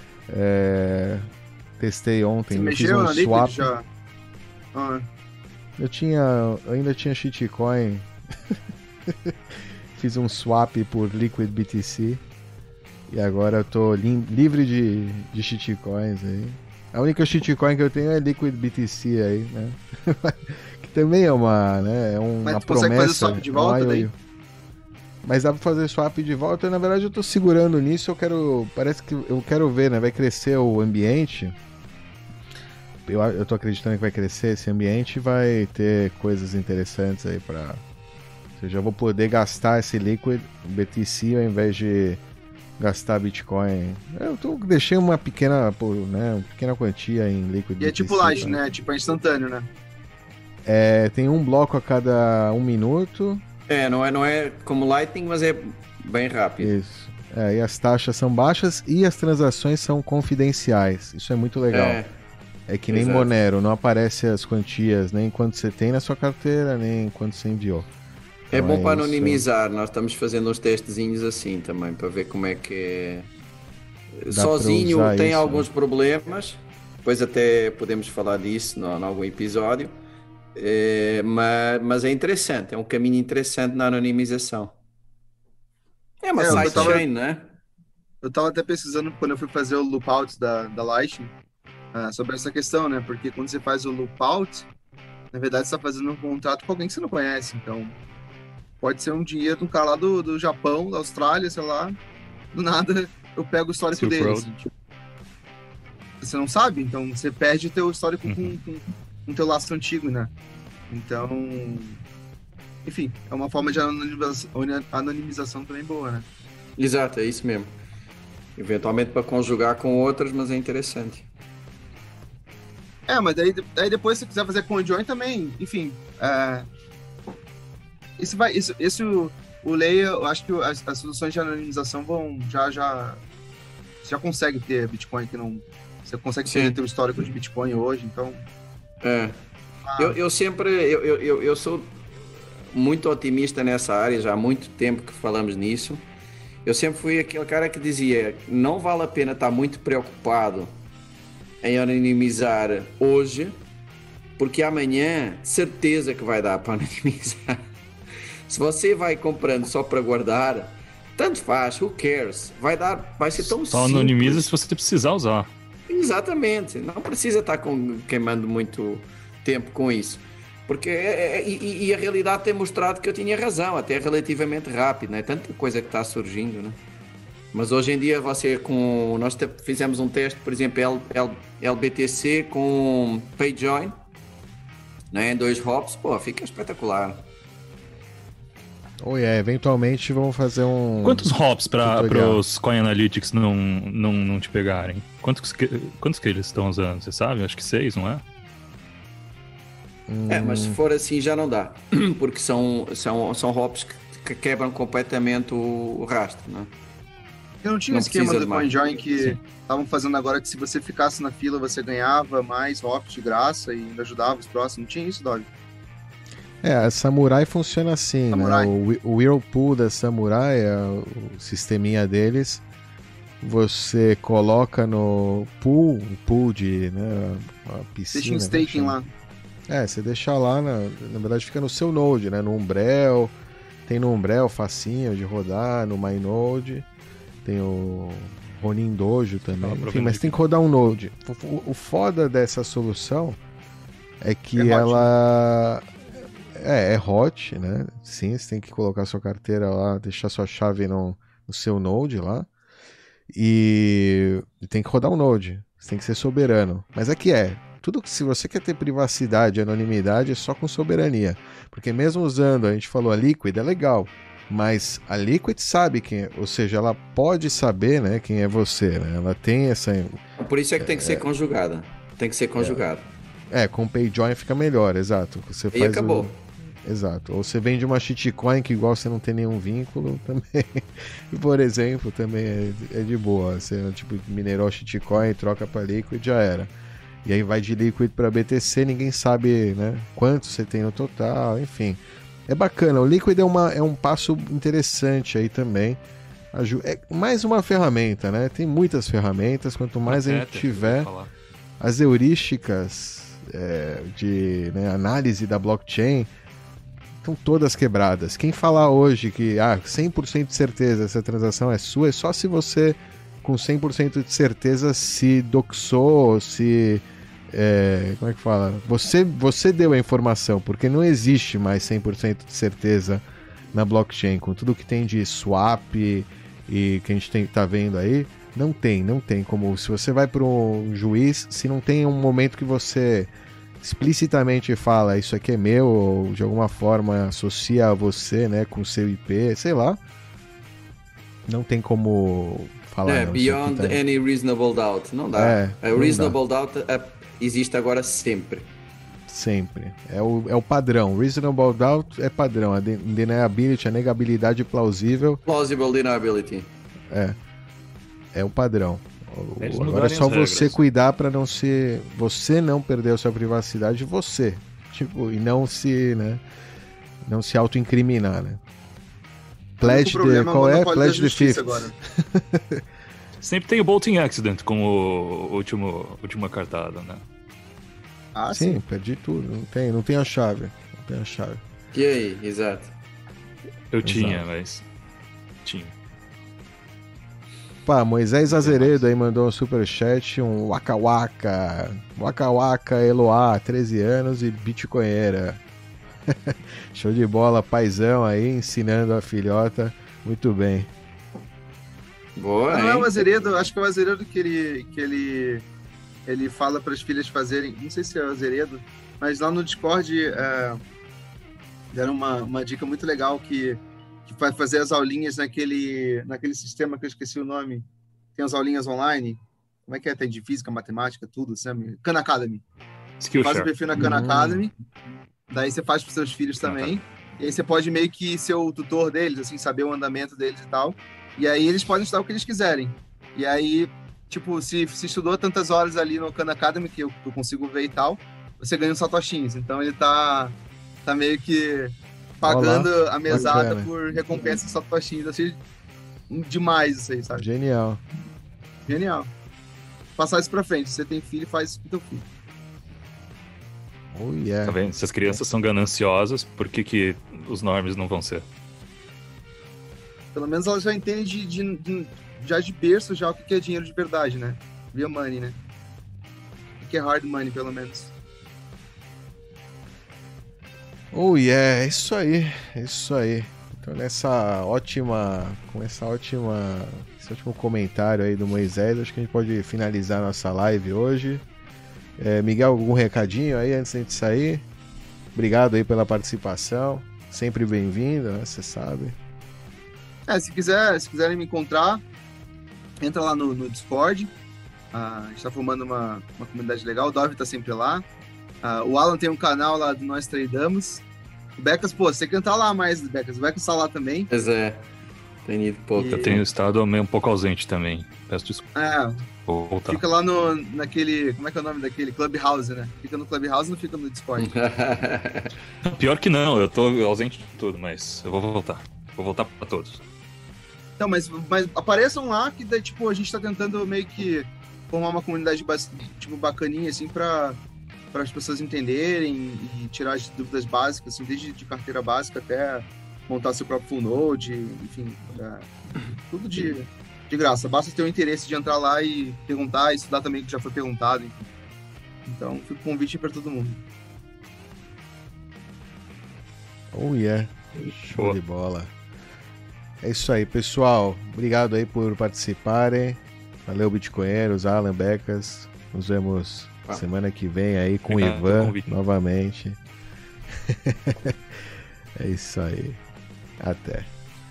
Testei ontem. Você mexeu na Liquid já? Eu ainda tinha shitcoin. Fiz um swap por Liquid BTC. E agora eu tô livre de shitcoins aí. A única shitcoin que eu tenho é Liquid BTC aí, né? Que também é uma, né? Mas tu consegue fazer swap de volta daí? Mas dá pra fazer swap de volta. Na verdade eu tô segurando nisso. Parece que eu quero ver, né? Vai crescer o ambiente. Eu tô acreditando que vai crescer esse ambiente e vai ter coisas interessantes aí pra... Ou seja, eu vou poder gastar esse Liquid BTC ao invés de gastar Bitcoin. Deixei uma pequena quantia em Liquid BTC. E é tipo Light, né? Tipo, é instantâneo, né? Tem um bloco a cada 1 minuto. Não é como Lightning, mas é bem rápido. Isso. E as taxas são baixas e as transações são confidenciais. Isso é muito legal. É que nem Monero, não aparece as quantias nem quanto você tem na sua carteira, nem quanto você enviou. É bom para anonimizar, nós estamos fazendo uns testezinhos assim também, para ver como é que é. Sozinho tem alguns problemas, depois até podemos falar disso em algum episódio, mas é interessante, é um caminho interessante na anonimização. É uma sidechain, né? Eu estava até pesquisando quando eu fui fazer o loopout da Lightning, sobre essa questão, né? Porque quando você faz o loopout, na verdade você está fazendo um contrato com alguém que você não conhece, então... Pode ser um dinheiro de um cara lá do Japão, da Austrália, sei lá. Do nada, eu pego o histórico dele. Assim, tipo. Você não sabe? Então, você perde o teu histórico com teu laço antigo, né? Então... Enfim, é uma forma de anonimização também boa, né? Exato, é isso mesmo. Eventualmente para conjugar com outras, mas é interessante. Mas daí depois, se quiser fazer conjoin também, enfim... O Layer, eu acho que as soluções de anonimização vão já consegue ter Bitcoin que não... Você consegue ter o histórico de Bitcoin hoje, então... Eu sou muito otimista nessa área, já há muito tempo que falamos nisso. Eu sempre fui aquele cara que dizia, não vale a pena estar muito preocupado em anonimizar hoje, porque amanhã certeza que vai dar para anonimizar. Se você vai comprando só para guardar, tanto faz, who cares? Vai ser tão simples. Só anonimiza se você precisar usar. Exatamente. Não precisa estar queimando muito tempo com isso. Porque a realidade tem mostrado que eu tinha razão, até relativamente rápido, né? Tanta coisa que está surgindo, né? Mas hoje em dia nós fizemos um teste, por exemplo, LBTC com PayJoin, né? Em 2 hops, fica espetacular. Eventualmente vamos fazer um... Quantos hops para os Coin Analytics não te pegarem? Quantos que eles estão usando? Você sabe? Acho que 6, não é? Mas se for assim já não dá. Porque são hops que quebram completamente o rastro, né? Eu não tinha um esquema do CoinJoin que estavam fazendo agora que se você ficasse na fila você ganhava mais hops de graça e ainda ajudava os próximos. Não tinha isso, Dog? A Samurai funciona assim, Samurai. Né? O Whirlpool da Samurai, o sisteminha deles, você coloca no pool de, né, a piscina. Deixa um staking lá. Você deixa lá, na verdade fica no seu node, né? No Umbrel, tem no Umbrel facinho de rodar, no MyNode, tem o Ronin Dojo também, enfim, mas tem que rodar um node. O foda dessa solução é que É hot, né? Sim, você tem que colocar sua carteira lá, deixar sua chave no seu Node lá. E tem que rodar um Node. Você tem que ser soberano. Mas aqui tudo que, se você quer ter privacidade e anonimidade, é só com soberania. Porque mesmo usando, a gente falou, a Liquid é legal. Mas a Liquid sabe quem é, ou seja, ela pode saber, né, quem é você, né? Ela tem essa... Por isso é que tem que ser conjugada. Tem que ser conjugada. Com PayJoin fica melhor, exato. Você E faz acabou. Exato. Ou você vende uma shitcoin que igual você não tem nenhum vínculo também. Por exemplo, também é de boa. Você tipo minerou shitcoin, troca para Liquid, já era. E aí vai de Liquid para BTC, ninguém sabe, né, quanto você tem no total, enfim. É bacana. O Liquid é um passo interessante aí também. É mais uma ferramenta, né? Tem muitas ferramentas. Quanto mais a gente tiver, as heurísticas de análise da blockchain estão todas quebradas. Quem falar hoje que 100% de certeza essa transação é sua, é só se você com 100% de certeza se doxou, se... como é que fala? Você deu a informação, porque não existe mais 100% de certeza na blockchain, com tudo que tem de swap e que a gente tá vendo aí, não tem como, se você vai para um juiz, se não tem um momento que você explicitamente fala, isso aqui é meu, ou de alguma forma associa a você, né, com seu IP, sei lá, não tem como falar. Beyond any reasonable doubt, não dá. A reasonable doubt existe agora sempre. Sempre. É o padrão. Reasonable doubt é padrão. A deniability, a negabilidade plausível. Plausible deniability. É o padrão. Agora é só você cuidar para você não perder a sua privacidade, e não se, né, não se auto-incriminar, né? Pledge qual é? Pledge the Fifth. Sempre tem o bolting accident como última cartada, né? Sim, perdi tudo. Não tem a chave. E aí, exato. Eu tinha, mas... Tinha. Moisés Azeredo aí mandou um superchat, um Waka Waka Eloá, 13 anos e bitcoinheira. Show de bola, paizão aí, ensinando a filhota, muito bem. Boa, não é o Azeredo, acho que é o Azeredo que ele fala para as filhas fazerem, não sei se é o Azeredo, mas lá no Discord deram uma dica muito legal que vai fazer as aulinhas naquele sistema que eu esqueci o nome, tem as aulinhas online, como é que é? Tem de física, matemática, tudo, sabe? Khan Academy. Faz o perfil na Khan Academy, daí você faz para seus filhos também, e aí você pode meio que ser o tutor deles, assim, saber o andamento deles e tal, e aí eles podem estudar o que eles quiserem. E aí, tipo, se estudou tantas horas ali no Khan Academy, que eu consigo ver e tal, você ganha uns satoshinhos. Então ele tá meio que pagando a mesada por recompensa de satoshinhos. Assim, demais isso aí, sabe? Genial. Passar isso pra frente. Se você tem filho, faz isso com teu filho. Oh, yeah. Tá vendo? Se as crianças são gananciosas, por que os normes não vão ser? Pelo menos elas já entendem já de berço já o que é dinheiro de verdade, né? Real money, né? O que é hard money, pelo menos. Oh yeah, é isso aí. Então esse ótimo comentário aí do Moisés, acho que a gente pode finalizar nossa live hoje. Miguel, algum recadinho aí antes de a gente sair? Obrigado aí pela participação, sempre bem-vindo, né? Você sabe. Se quiserem me encontrar, entra lá no Discord. A gente tá formando uma comunidade legal, o Dove tá sempre lá. O Alan tem um canal lá do Nós Tradamos. O Becas, você tem que entrar lá mais, Becas. O Becas tá lá também. Pois é, tem ido pouco. Eu tenho estado meio um pouco ausente também. Peço desculpa. Vou voltar. Fica lá naquele... Como é que é o nome daquele? Clubhouse, né? Fica no Clubhouse e não fica no Discord. Pior que não, eu tô ausente de tudo, mas eu vou voltar. Vou voltar pra todos. Então, mas apareçam lá, que daí, tipo, a gente tá tentando meio que formar uma comunidade tipo, bacaninha, assim, para as pessoas entenderem e tirar as dúvidas básicas, assim, desde de carteira básica até montar seu próprio full node, enfim, tudo de graça. Basta ter o interesse de entrar lá e perguntar, e estudar também o que já foi perguntado, enfim. Então, fica o convite para todo mundo. Oh, yeah. Show de bola. É isso aí, pessoal. Obrigado aí por participarem. Valeu, Bitcoinheiros, Alan, Becas. Nos vemos semana que vem aí com o Ivan novamente. É isso aí. Até.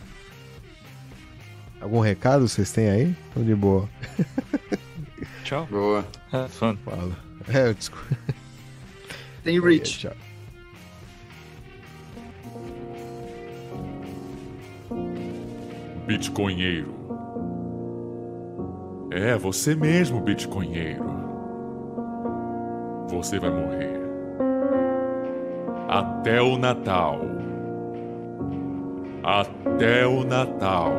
Algum recado vocês têm aí? Tô de boa. Tchau. Boa. Fun. Fala. Desculpa. Tem Rich. Tchau. Bitcoinheiro. É, você mesmo, Bitcoinheiro. Você vai morrer. Até o Natal. Até o Natal.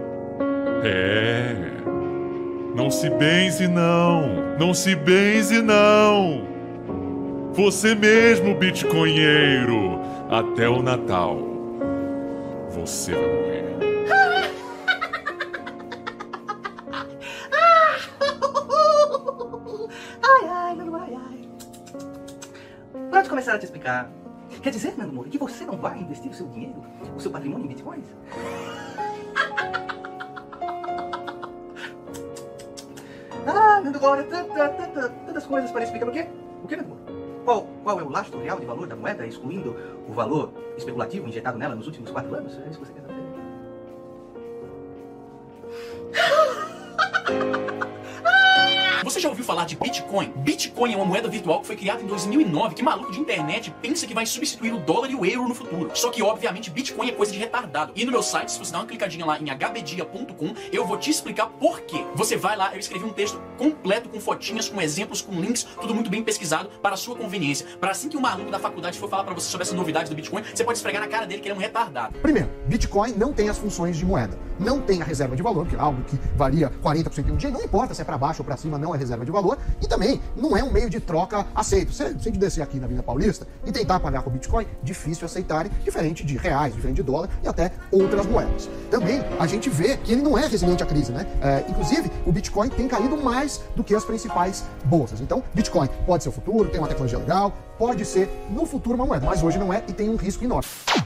É. Não se benze, não. Não se benze, não. Você mesmo, Bitcoinheiro. Até o Natal. Você vai morrer. Pode começar a te explicar. Quer dizer, Nando Moura, que você não vai investir o seu dinheiro, o seu patrimônio em bitcoins? Nando Moura, tantas coisas para explicar. O quê? O que, Nando Moura? Qual é o lastro real de valor da moeda, excluindo o valor especulativo injetado nela nos últimos 4 anos? É isso que você quer saber? Você já ouviu falar de Bitcoin? Bitcoin é uma moeda virtual que foi criada em 2009. Que maluco de internet pensa que vai substituir o dólar e o euro no futuro? Só que, obviamente, Bitcoin é coisa de retardado. E no meu site, se você dá uma clicadinha lá em hbdia.com, eu vou te explicar por quê. Você vai lá, eu escrevi um texto completo com fotinhas, com exemplos, com links, tudo muito bem pesquisado para a sua conveniência. Para assim que o maluco da faculdade for falar para você sobre essa novidade do Bitcoin, você pode esfregar na cara dele que ele é um retardado. Primeiro, Bitcoin não tem as funções de moeda. Não tem a reserva de valor, que é algo que varia 40% em um dia. Não importa se é para baixo ou para cima, não é reserva de valor. E também não é um meio de troca aceito. Se a gente descer aqui na Avenida Paulista e tentar pagar com Bitcoin, difícil aceitarem, diferente de reais, diferente de dólar e até outras moedas. Também a gente vê que ele não é resiliente à crise, né? Inclusive, o Bitcoin tem caído mais do que as principais bolsas. Então, Bitcoin pode ser o futuro, tem uma tecnologia legal, pode ser no futuro uma moeda, mas hoje não é e tem um risco enorme.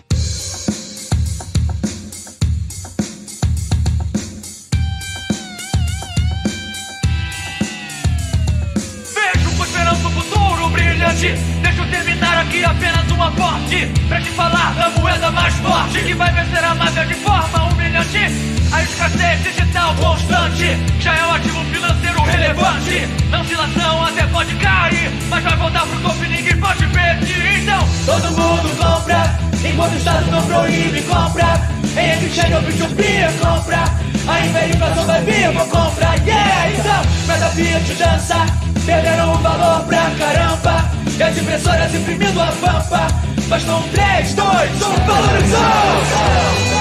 Deixa eu terminar aqui apenas um aporte pra te falar da moeda mais forte que vai vencer a máfia de forma humilhante. A escassez digital constante já é um ativo financeiro relevante. Na oscilação até pode cair, mas vai voltar pro topo e ninguém pode pedir. Então todo mundo compra, enquanto o Estado não proíbe, compra. Em exchange ou Bitcoin, compra. A inflação vai vir, vou comprar, yeah! Então, moeda fiat dança, perderam o valor pra caramba. E as impressoras imprimindo a pampa. Bastam 3, 2, 1, valorizou!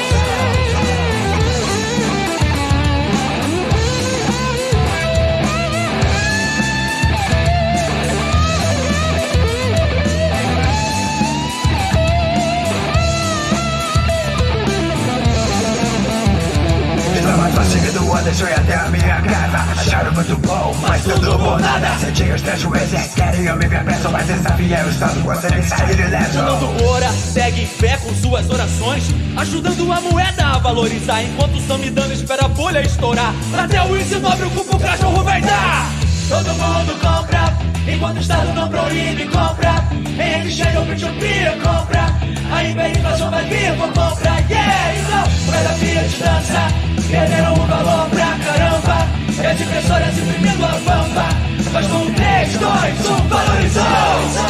Deixou até a minha casa. Acharam muito bom, mas tudo por nada. Senti os três juízes, querem eu me ver preso, mas desafia o Estado, você nem sair de leso. Nando Moura segue em fé com suas orações, ajudando a moeda a valorizar. Enquanto estão me dando, espera a bolha estourar. Até o índice nobre, o cupo, o cachorro vai dar. Todo mundo compra, enquanto o Estado não proíbe, compra. Em exchange ou Bitcoin, compra. A inflação vai vir, vou comprar, yeah! Então, moeda fiat dança, perderam o valor pra caramba. E as impressoras imprimindo a pampa. Mas com 3, 2, 1, valorizou!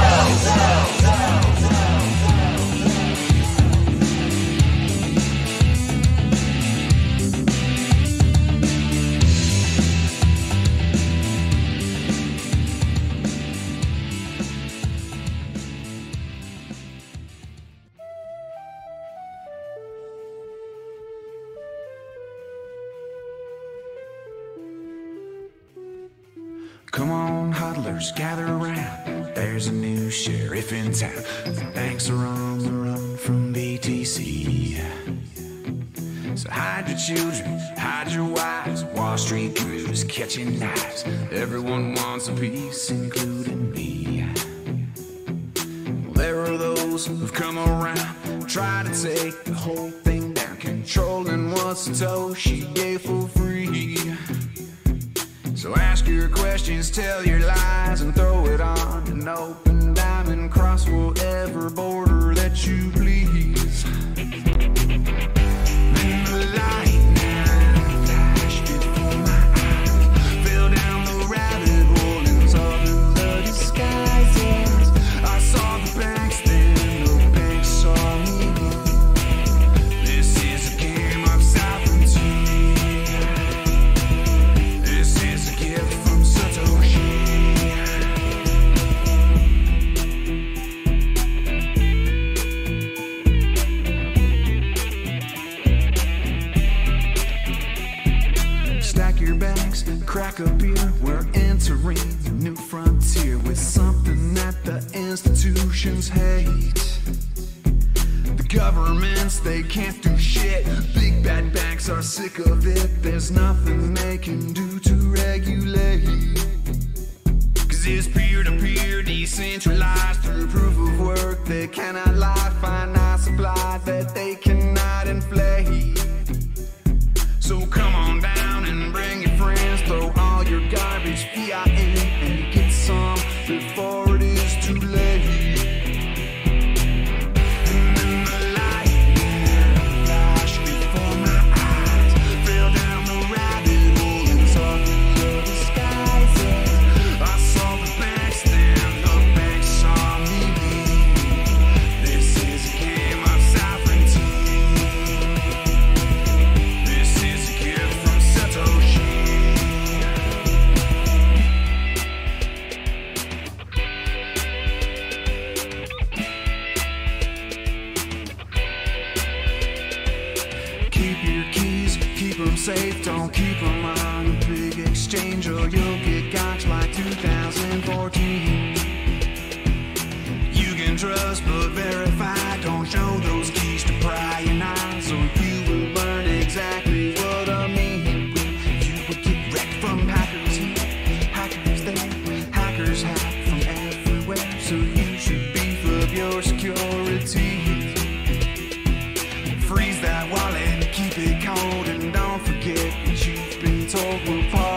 Come on, hodlers, gather around. There's a new sheriff in town. The banks are on the run from BTC. So hide your children, hide your wives. Wall Street crews catching knives. Everyone wants a piece, including me. Well, there are those rebels have come around, try to take the whole thing down, controlling what Satoshi gave for free. So ask your questions, tell your lies, and throw it on an open diamond, cross whatever border that you please. Then the lightning flashed before my eyes, fell down the rabbit hole and saw through the disguises. I saw the banks, then the banks saw me. This is a game of sovereignty. This is a gift from Satoshi. Stack your bags, crack a beer. We're entering a new frontier with something that the institutions hate. The governments, they can't do shit. Big bad banks are sick of it. There's nothing they can do to regulate. Cause it's peer-to-peer, decentralized through proof of work. They cannot lie, finite supply that they cannot inflate. So come on down and bring your friends, throw all your garbage fiat in and get some before it is too late. And then the lightning flashed before my eyes, fell down the rabbit hole and saw through the disguises. I saw the banks, then the banks saw me. This is a game of sovereignty. This is a gift from Satoshi. Keep your keys, keep them safe, don't keep them on a big exchange or you'll get gotch like 2014. You can trust but verify, don't show those keys to prying eyes or you will learn exactly what I mean. You will get wrecked from hackers here, hackers there, hackers hack from everywhere, so you should beef up your security. Freeze that wallet, keep it cold, and don't forget what you've been told will fall.